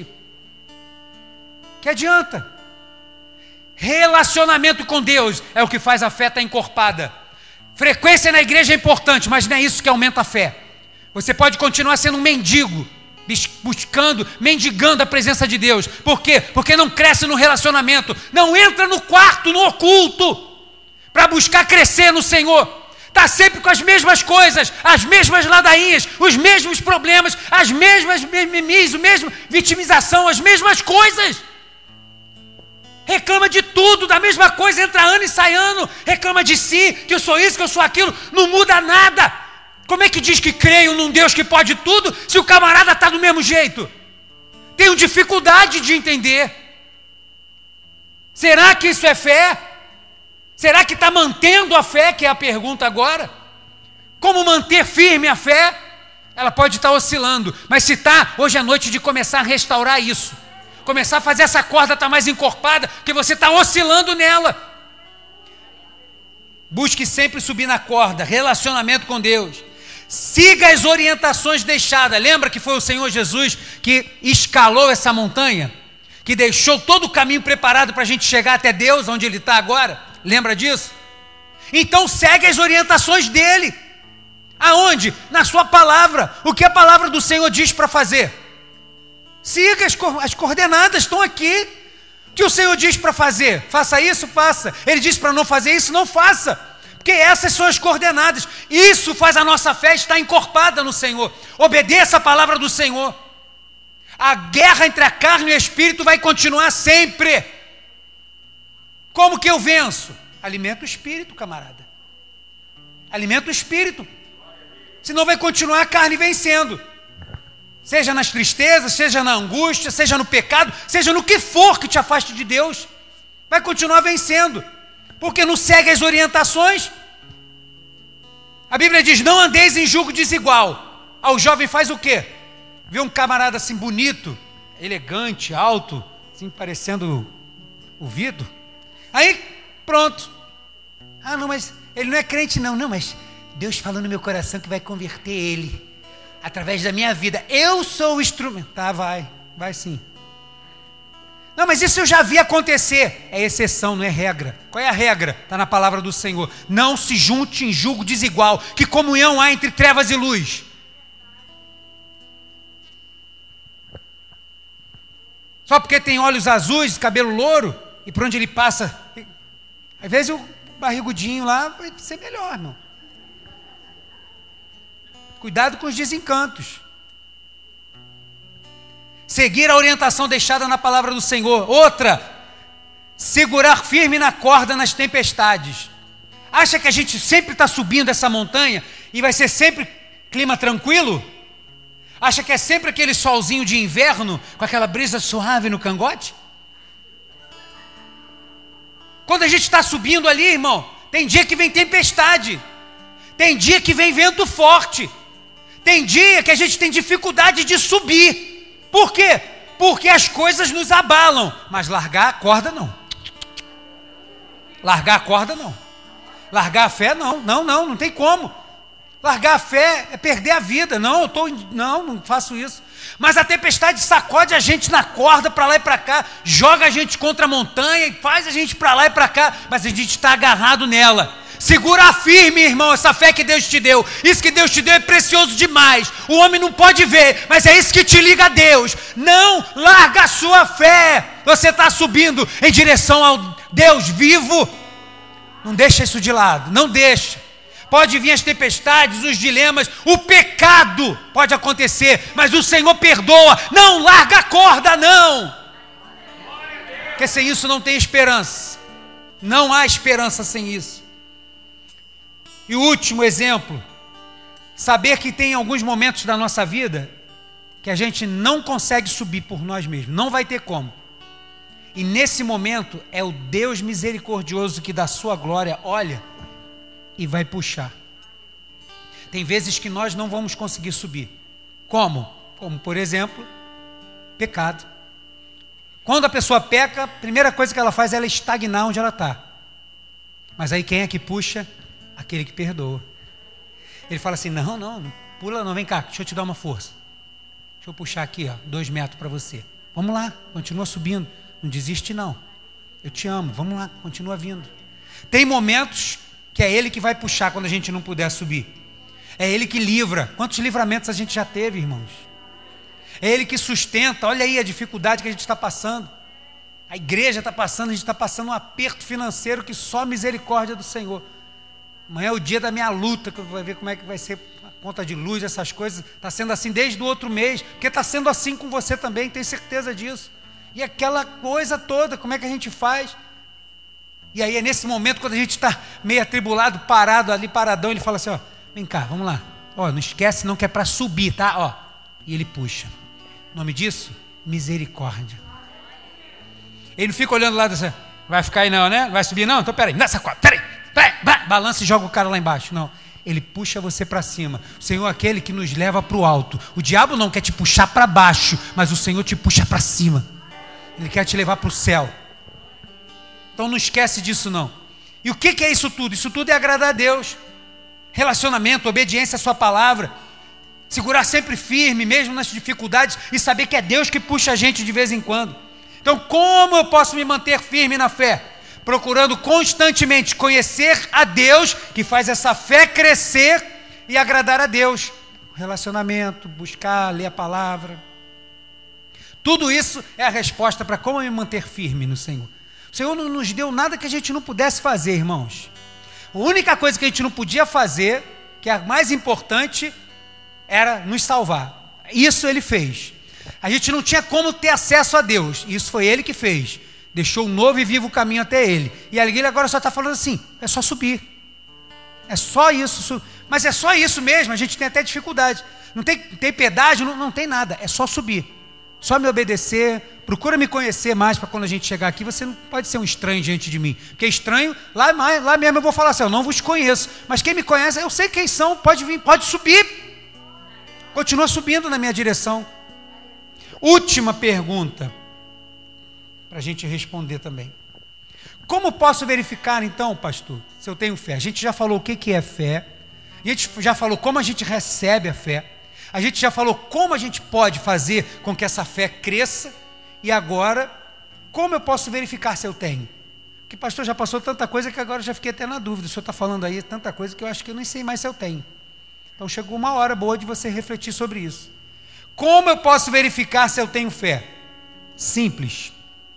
Que adianta? Relacionamento com Deus é o que faz a fé estar encorpada. Frequência na igreja é importante, mas não é isso que aumenta a fé. Você pode continuar sendo um mendigo, buscando, mendigando a presença de Deus. Por quê? Porque não cresce no relacionamento, não entra no quarto, no oculto, para buscar crescer no Senhor. Está sempre com as mesmas coisas, as mesmas ladainhas, os mesmos problemas, as mesmas mimimis, a mesma vitimização, as mesmas coisas. Reclama de tudo, da mesma coisa, entra ano e sai ano, reclama de si, que eu sou isso, que eu sou aquilo, não muda nada. Como é que diz que creio num Deus que pode tudo, se o camarada está do mesmo jeito? Tenho dificuldade de entender. Será que isso é fé? Será que está mantendo a fé, que é a pergunta agora? Como manter firme a fé? Ela pode estar oscilando, mas se está, hoje é noite de começar a restaurar isso. Começar a fazer essa corda estar mais encorpada, que você está oscilando nela. Busque sempre subir na corda, relacionamento com Deus. Siga as orientações deixadas. Lembra que foi o Senhor Jesus que escalou essa montanha? Que deixou todo o caminho preparado para a gente chegar até Deus, onde Ele está agora? Lembra disso? Então segue as orientações dEle. Aonde? Na sua palavra. O que a palavra do Senhor diz para fazer? Siga as coordenadas, estão aqui. O que o Senhor diz para fazer? Faça isso, faça. Ele diz para não fazer isso, não faça. Porque essas são as coordenadas. Isso faz a nossa fé estar encorpada no Senhor. Obedeça a palavra do Senhor. A guerra entre a carne e o espírito vai continuar sempre. Como que eu venço? Alimenta o espírito, camarada. Alimenta o espírito. Senão vai continuar a carne vencendo. Seja nas tristezas, seja na angústia, seja no pecado, seja no que for que te afaste de Deus, vai continuar vencendo, porque não segue as orientações. A Bíblia diz, não andeis em julgo desigual. Aí o jovem faz o quê? Vê um camarada assim bonito, elegante, alto, assim parecendo o vidro. Aí, pronto. Ah, não, mas ele não é crente não. Não, mas Deus falou no meu coração que vai converter ele através da minha vida. Eu sou o instrumento. Tá, vai sim. Não, mas isso eu já vi acontecer. É exceção, não é regra. Qual é a regra? Está na palavra do Senhor. Não se junte em julgo desigual. Que comunhão há entre trevas e luz? Só porque tem olhos azuis, cabelo louro, e por onde ele passa, às vezes o barrigudinho lá vai ser melhor, irmão. Cuidado com os desencantos. Seguir a orientação deixada na palavra do Senhor. Outra, segurar firme na corda nas tempestades. Acha que a gente sempre está subindo essa montanha e vai ser sempre clima tranquilo? Acha que é sempre aquele solzinho de inverno com aquela brisa suave no cangote? Quando a gente está subindo ali, irmão, tem dia que vem tempestade, tem dia que vem vento forte, tem dia que a gente tem dificuldade de subir. Por quê? Porque as coisas nos abalam, mas largar a corda não. Largar a corda não. Largar a fé não tem como. Largar a fé é perder a vida. Não faço isso. Mas a tempestade sacode a gente na corda para lá e para cá, joga a gente contra a montanha e faz a gente para lá e para cá, mas a gente está agarrado nela. Segura firme, irmão, essa fé que Deus te deu. Isso que Deus te deu é precioso demais. O homem não pode ver, mas é isso que te liga a Deus. Não larga a sua fé. Você está subindo em direção ao Deus vivo. Não deixa isso de lado, não deixa. Pode vir as tempestades, os dilemas, o pecado pode acontecer, mas o Senhor perdoa. Não larga a corda, não. Porque sem isso não tem esperança. Não há esperança sem isso. E o último exemplo, saber que tem alguns momentos da nossa vida que a gente não consegue subir por nós mesmos, não vai ter como. E nesse momento é o Deus misericordioso que da sua glória olha e vai puxar. Tem vezes que nós não vamos conseguir subir. Como? Como, por exemplo, pecado. Quando a pessoa peca, a primeira coisa que ela faz é ela estagnar onde ela está. Mas aí quem é que puxa? Aquele que perdoa. Ele fala assim, não, pula não, vem cá, deixa eu te dar uma força. Deixa eu puxar aqui, 2 metros para você. Vamos lá, continua subindo. Não desiste não. Eu te amo, vamos lá, continua vindo. Tem momentos que é Ele que vai puxar quando a gente não puder subir. É Ele que livra. Quantos livramentos a gente já teve, irmãos? É Ele que sustenta. Olha aí a dificuldade que a gente está passando. A igreja está passando, a gente está passando um aperto financeiro que só a misericórdia do Senhor. Amanhã é o dia da minha luta, que vai ver como é que vai ser a conta de luz, essas coisas. Está sendo assim desde o outro mês, porque está sendo assim com você também, tenho certeza disso. E aquela coisa toda, como é que a gente faz? E aí é nesse momento, quando a gente está meio atribulado, parado ali, paradão, ele fala assim, vem cá, vamos lá. Não esquece não que é para subir, tá? E ele puxa. O nome disso? Misericórdia. Ele não fica olhando lá, assim, vai ficar aí não, né? Vai subir não? Então peraí, nessa corda, peraí. Balança e joga o cara lá embaixo. Não, ele puxa você para cima. O Senhor é aquele que nos leva para o alto. O diabo não quer te puxar para baixo, mas o Senhor te puxa para cima. Ele quer te levar para o céu. Então não esquece disso não. E o que é isso tudo? Isso tudo é agradar a Deus. Relacionamento, obediência à sua palavra. Segurar sempre firme, mesmo nas dificuldades, e saber que é Deus que puxa a gente de vez em quando. Então como eu posso me manter firme na fé? Procurando constantemente conhecer a Deus, que faz essa fé crescer e agradar a Deus. Relacionamento, buscar, ler a palavra. Tudo isso é a resposta para como me manter firme no Senhor. O Senhor não nos deu nada que a gente não pudesse fazer, irmãos. A única coisa que a gente não podia fazer, que é a mais importante, era nos salvar. Isso Ele fez. A gente não tinha como ter acesso a Deus. Isso foi Ele que fez. Deixou um novo e vivo caminho até Ele. E Ele agora só está falando assim, é só subir. É só isso. Mas é só isso mesmo, a gente tem até dificuldade. Não tem pedágio, não tem nada. É só subir. Só me obedecer. Procura me conhecer mais para quando a gente chegar aqui. Você não pode ser um estranho diante de mim. Porque estranho, lá mesmo eu vou falar assim, eu não vos conheço. Mas quem me conhece, eu sei quem são, pode vir, pode subir. Continua subindo na minha direção. Última pergunta, para a gente responder também. Como posso verificar então, pastor, se eu tenho fé? A gente já falou o que é fé. A gente já falou como a gente recebe a fé. A gente já falou como a gente pode fazer com que essa fé cresça. E agora, como eu posso verificar se eu tenho? Porque pastor, já passou tanta coisa que agora já fiquei até na dúvida. O senhor está falando aí tanta coisa que eu acho que eu nem sei mais se eu tenho. Então chegou uma hora boa de você refletir sobre isso. Como eu posso verificar se eu tenho fé? Simples.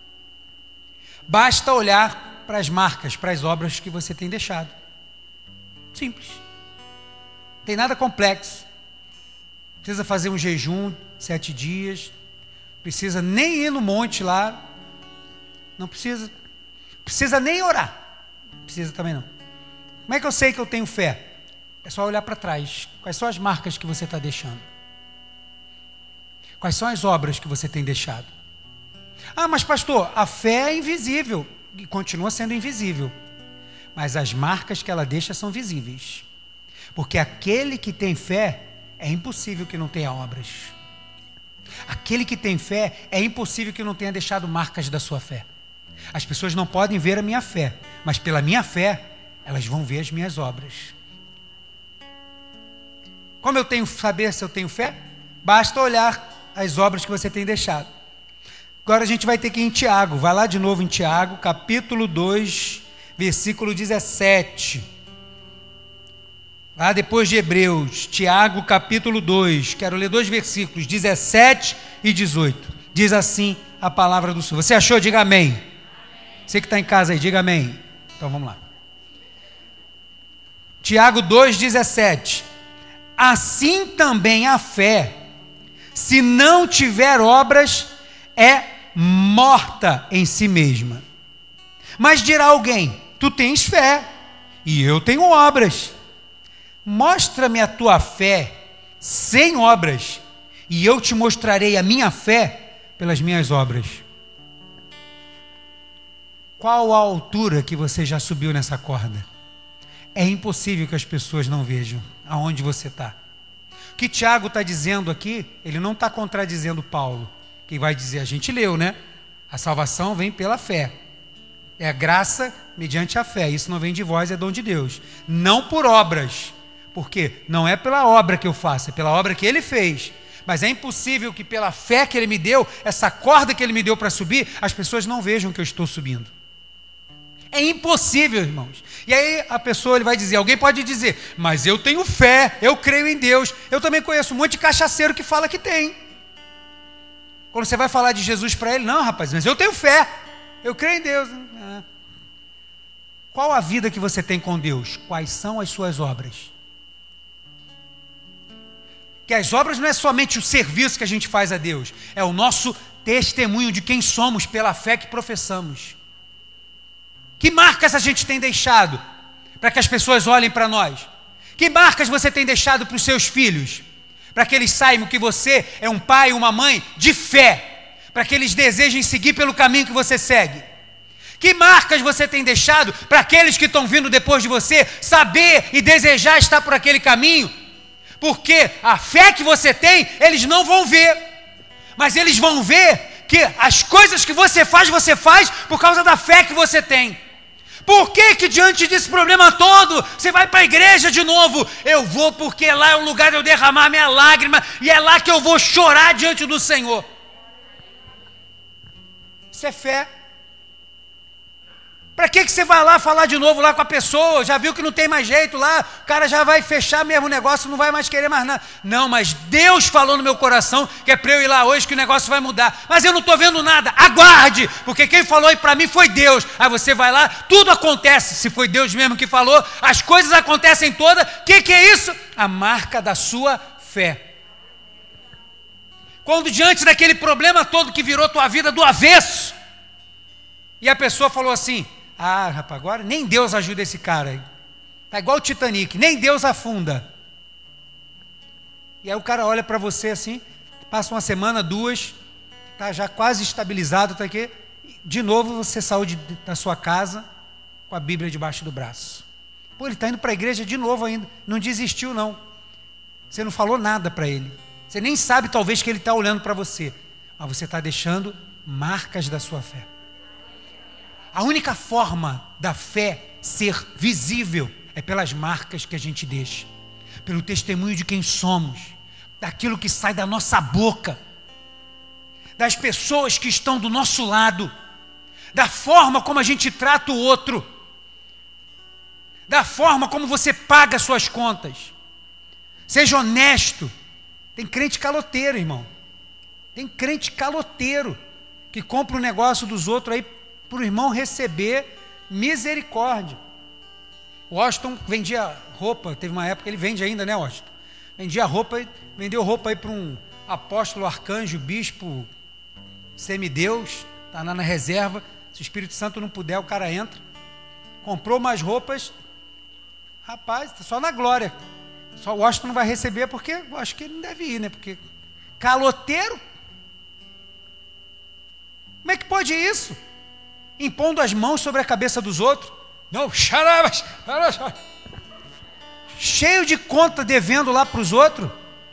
Basta olhar para as marcas, para as obras que você tem deixado. Simples. Não tem nada complexo. Precisa fazer um jejum, 7 dias. Precisa nem ir no monte lá. Não precisa. Precisa nem orar. Precisa também não. Como é que eu sei que eu tenho fé? É só olhar para trás. Quais são as marcas que você está deixando? Quais são as obras que você tem deixado? Ah, mas pastor, a fé é invisível. E continua sendo invisível. Mas as marcas que ela deixa são visíveis. Porque aquele que tem fé, é impossível que não tenha obras. Aquele que tem fé, é impossível que não tenha deixado marcas da sua fé. As pessoas não podem ver a minha fé, mas pela minha fé, elas vão ver as minhas obras. Como eu tenho que saber se eu tenho fé? Basta olhar as obras que você tem deixado. Agora a gente vai ter que ir em Tiago. Vai lá de novo em Tiago, capítulo 2, versículo 17. Lá depois de Hebreus, Tiago, capítulo 2. Quero ler 2 versículos, 17 e 18. Diz assim a palavra do Senhor. Você achou? Diga amém. Amém. Você que está em casa aí, diga amém. Então vamos lá. Tiago 2, 17. Assim também a fé, se não tiver obras, é morta em si mesma. Mas dirá alguém: tu tens fé e eu tenho obras. Mostra-me a tua fé sem obras, e eu te mostrarei a minha fé pelas minhas obras. Qual a altura que você já subiu nessa corda? É impossível que as pessoas não vejam aonde você está. O que Tiago está dizendo aqui, ele não está contradizendo Paulo, que vai dizer, a gente leu, né? A salvação vem pela fé. É a graça mediante a fé. Isso não vem de vós, é dom de Deus. Não por obras. Porque não é pela obra que eu faço, é pela obra que ele fez. Mas é impossível que pela fé que ele me deu, essa corda que ele me deu para subir, as pessoas não vejam que eu estou subindo. É impossível, irmãos. E aí a pessoa ele vai dizer, alguém pode dizer, mas eu tenho fé, eu creio em Deus. Eu também conheço um monte de cachaceiro que fala que tem. Quando você vai falar de Jesus para ele, não, rapaz, mas eu tenho fé, eu creio em Deus. Qual a vida que você tem com Deus? Quais são as suas obras? Que as obras não é somente o serviço que a gente faz a Deus, é o nosso testemunho de quem somos pela fé que professamos. Que marcas a gente tem deixado para que as pessoas olhem para nós? Que marcas você tem deixado para os seus filhos? Para que eles saibam que você é um pai e uma mãe de fé, para que eles desejem seguir pelo caminho que você segue. Que marcas você tem deixado para aqueles que estão vindo depois de você saber e desejar estar por aquele caminho? Porque a fé que você tem, eles não vão ver, mas eles vão ver que as coisas que você faz por causa da fé que você tem. Por que diante desse problema todo, você vai para a igreja de novo? Eu vou porque lá é o lugar de eu derramar minha lágrima, e é lá que eu vou chorar diante do Senhor. Isso é fé. Para que você vai lá falar de novo lá com a pessoa? Já viu que não tem mais jeito lá, o cara já vai fechar mesmo o negócio, não vai mais querer mais nada. Não, mas Deus falou no meu coração que é para eu ir lá hoje que o negócio vai mudar. Mas eu não estou vendo nada, aguarde, porque quem falou aí para mim foi Deus. Aí você vai lá, tudo acontece, se foi Deus mesmo que falou, as coisas acontecem todas. O que é isso? A marca da sua fé. Quando diante daquele problema todo que virou tua vida do avesso, e a pessoa falou assim, ah, rapaz, agora nem Deus ajuda esse cara aí. Está igual o Titanic, nem Deus afunda. E aí o cara olha para você assim, passa uma semana, 2, está já quase estabilizado, está aqui. De novo você saiu da sua casa com a Bíblia debaixo do braço. Pô, ele está indo para a igreja de novo ainda, não desistiu não. Você não falou nada para ele. Você nem sabe talvez que ele está olhando para você, mas você está deixando marcas da sua fé. A única forma da fé ser visível é pelas marcas que a gente deixa, pelo testemunho de quem somos, daquilo que sai da nossa boca, das pessoas que estão do nosso lado, da forma como a gente trata o outro, da forma como você paga suas contas. Seja honesto. Tem crente caloteiro, irmão. Tem crente caloteiro que compra o negócio dos outros aí para o irmão receber misericórdia. O Washington vendia roupa, teve uma época, ele vende ainda, né, Washington? Vendia roupa, vendeu roupa aí para um apóstolo, arcanjo, bispo, semideus, está lá na reserva. Se o Espírito Santo não puder, o cara entra. Comprou umas roupas, rapaz, só na glória. Só o Washington não vai receber porque eu acho que ele não deve ir, né? Porque caloteiro. Como é que pode isso? Impondo as mãos sobre a cabeça dos outros. Não, charabas, cheio de conta devendo lá para os outros.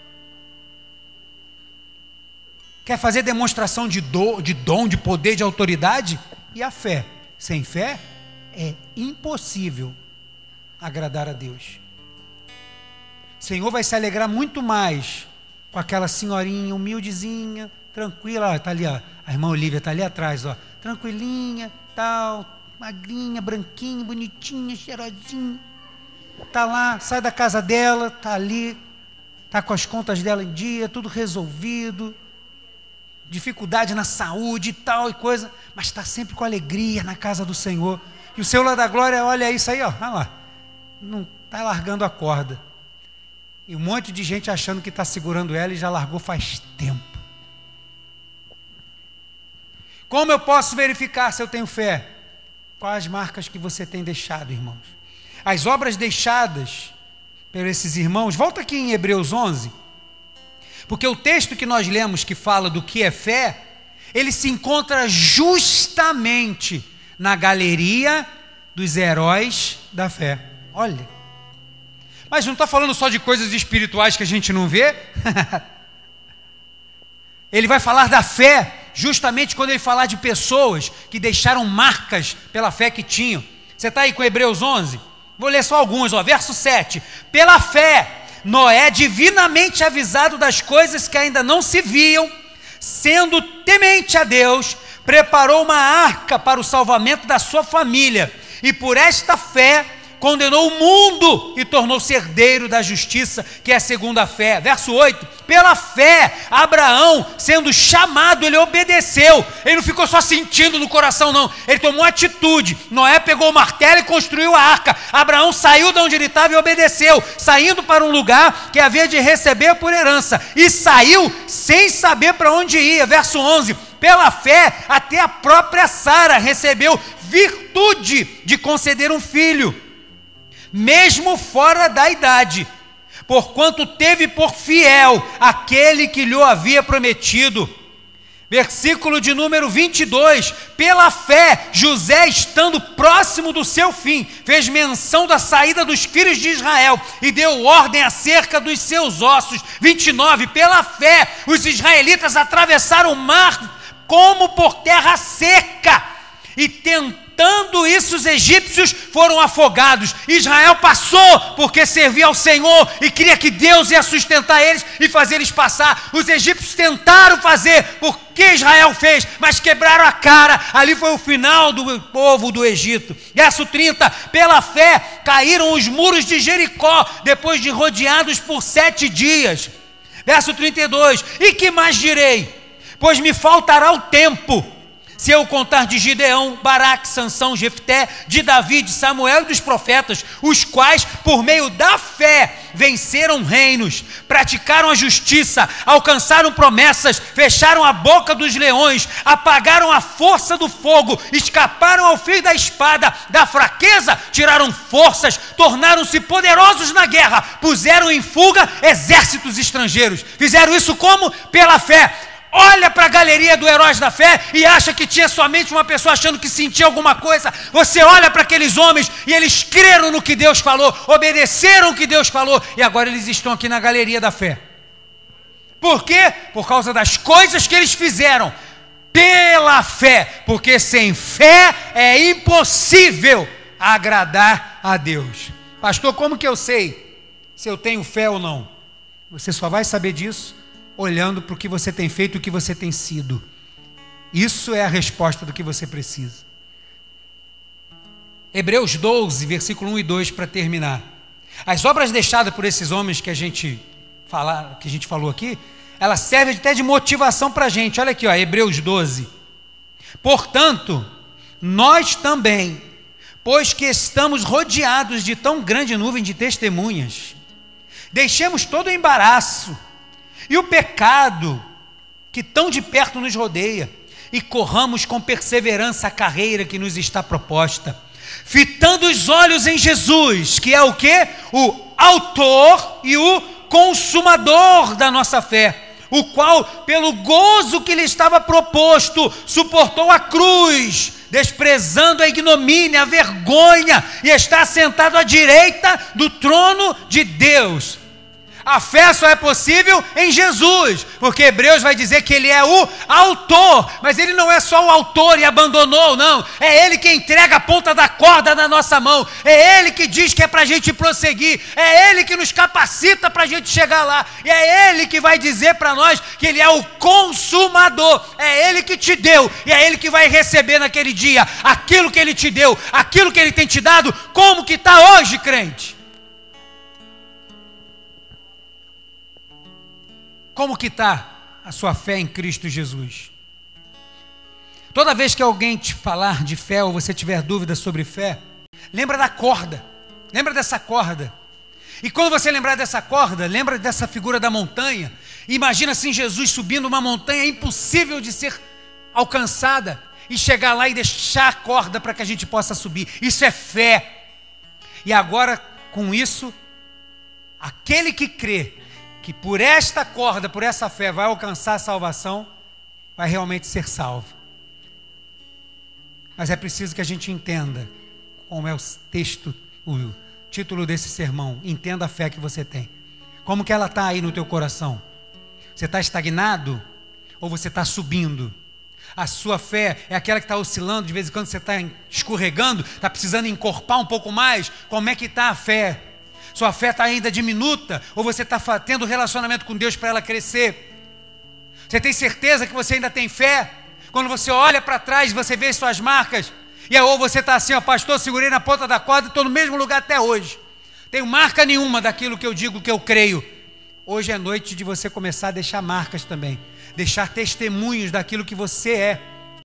Quer fazer demonstração de dom, de poder, de autoridade? E a fé? Sem fé é impossível agradar a Deus. O Senhor vai se alegrar muito mais com aquela senhorinha humildezinha, tranquila, está ali, ó, a irmã Olívia está ali atrás, ó, tranquilinha, tal, magrinha, branquinha, bonitinha, cheirosinha, está lá, sai da casa dela, está ali, está com as contas dela em dia, tudo resolvido, dificuldade na saúde e tal e coisa, mas está sempre com alegria na casa do Senhor. E o Senhor lá da glória olha isso aí, ó, olha lá, não está largando a corda. E um monte de gente achando que está segurando ela e já largou faz tempo. Como eu posso verificar se eu tenho fé? Quais marcas que você tem deixado, irmãos? As obras deixadas por esses irmãos, volta aqui em Hebreus 11, porque o texto que nós lemos que fala do que é fé, ele se encontra justamente na galeria dos heróis da fé. Olha, mas não está falando só de coisas espirituais que a gente não vê? Ele vai falar da fé justamente quando ele falar de pessoas que deixaram marcas pela fé que tinham. Você está aí com Hebreus 11? Vou ler só alguns, ó. Verso 7. Pela fé, Noé, divinamente avisado das coisas que ainda não se viam, sendo temente a Deus, preparou uma arca para o salvamento da sua família, e por esta fé condenou o mundo e tornou-se herdeiro da justiça, que é segundo a fé. Verso 8, pela fé, Abraão, sendo chamado, ele obedeceu, ele não ficou só sentindo no coração não, ele tomou atitude. Noé pegou o martelo e construiu a arca. Abraão saiu de onde ele estava e obedeceu, saindo para um lugar que havia de receber por herança, e saiu sem saber para onde ia. Verso 11, pela fé, até a própria Sara recebeu virtude de conceder um filho, mesmo fora da idade, porquanto teve por fiel aquele que lhe havia prometido. Versículo de número 22, pela fé, José, estando próximo do seu fim, fez menção da saída dos filhos de Israel e deu ordem acerca dos seus ossos. 29, pela fé, os israelitas atravessaram o mar como por terra seca, e tentando isso, os egípcios foram afogados. Israel passou porque servia ao Senhor e queria que Deus ia sustentar eles e fazer eles passar. Os egípcios tentaram fazer porque Israel fez, mas quebraram a cara. Ali foi o final do povo do Egito. Verso 30, pela fé caíram os muros de Jericó, depois de rodeados por 7 dias. Verso 32, e que mais direi? Pois me faltará o tempo, se eu contar de Gideão, Baraque, Sansão, Jefté, de Davi, de Samuel e dos profetas, os quais, por meio da fé, venceram reinos, praticaram a justiça, alcançaram promessas, fecharam a boca dos leões, apagaram a força do fogo, escaparam ao fio da espada, da fraqueza tiraram forças, tornaram-se poderosos na guerra, puseram em fuga exércitos estrangeiros. Fizeram isso como? Pela fé. Olha para a galeria do Heróis da Fé e acha que tinha somente uma pessoa achando que sentia alguma coisa. Você olha para aqueles homens e eles creram no que Deus falou, obedeceram o que Deus falou, e agora eles estão aqui na galeria da fé. Por quê? Por causa das coisas que eles fizeram pela fé, porque sem fé é impossível agradar a Deus. Pastor, como que eu sei se eu tenho fé ou não? Você só vai saber disso olhando para o que você tem feito e o que você tem sido. Isso é a resposta do que você precisa. Hebreus 12, versículo 1 e 2, para terminar. As obras deixadas por esses homens que a gente falou aqui, elas servem até de motivação para a gente. Olha aqui, ó, Hebreus 12. Portanto, nós também, pois que estamos rodeados de tão grande nuvem de testemunhas, deixemos todo o embaraço e o pecado que tão de perto nos rodeia, e corramos com perseverança a carreira que nos está proposta, fitando os olhos em Jesus, que é o quê? O autor e o consumador da nossa fé, o qual, pelo gozo que lhe estava proposto, suportou a cruz, desprezando a ignomínia, a vergonha, e está sentado à direita do trono de Deus. A fé só é possível em Jesus, porque Hebreus vai dizer que Ele é o autor, mas Ele não é só o autor e abandonou, não. É Ele que entrega a ponta da corda na nossa mão, é Ele que diz que é para a gente prosseguir, é Ele que nos capacita para a gente chegar lá, e é Ele que vai dizer para nós que Ele é o consumador, é Ele que te deu, e é Ele que vai receber naquele dia aquilo que Ele te deu, aquilo que Ele tem te dado. Como que está hoje, crente? Como que está a sua fé em Cristo Jesus? Toda vez que alguém te falar de fé, ou você tiver dúvida sobre fé, lembra da corda, lembra dessa corda. E quando você lembrar dessa corda, lembra dessa figura da montanha. Imagina assim Jesus subindo uma montanha impossível de ser alcançada, e chegar lá e deixar a corda para que a gente possa subir. Isso é fé. E agora, com isso, aquele que crê que por esta corda, por essa fé, vai alcançar a salvação, vai realmente ser salvo. Mas é preciso que a gente entenda, como é o texto, o título desse sermão, entenda a fé que você tem. Como que ela está aí no teu coração? Você está estagnado? Ou você está subindo? A sua fé é aquela que está oscilando, de vez em quando você está escorregando, está precisando encorpar um pouco mais? Como é que está a fé? Sua fé está ainda diminuta, ou você está tendo relacionamento com Deus para ela crescer? Você tem certeza que você ainda tem fé? Quando você olha para trás, você vê suas marcas, ou você está assim, ó, pastor, segurei na ponta da corda e estou no mesmo lugar até hoje. Tenho marca nenhuma daquilo que eu digo, que eu creio. Hoje é noite de você começar a deixar marcas também, deixar testemunhos daquilo que você é.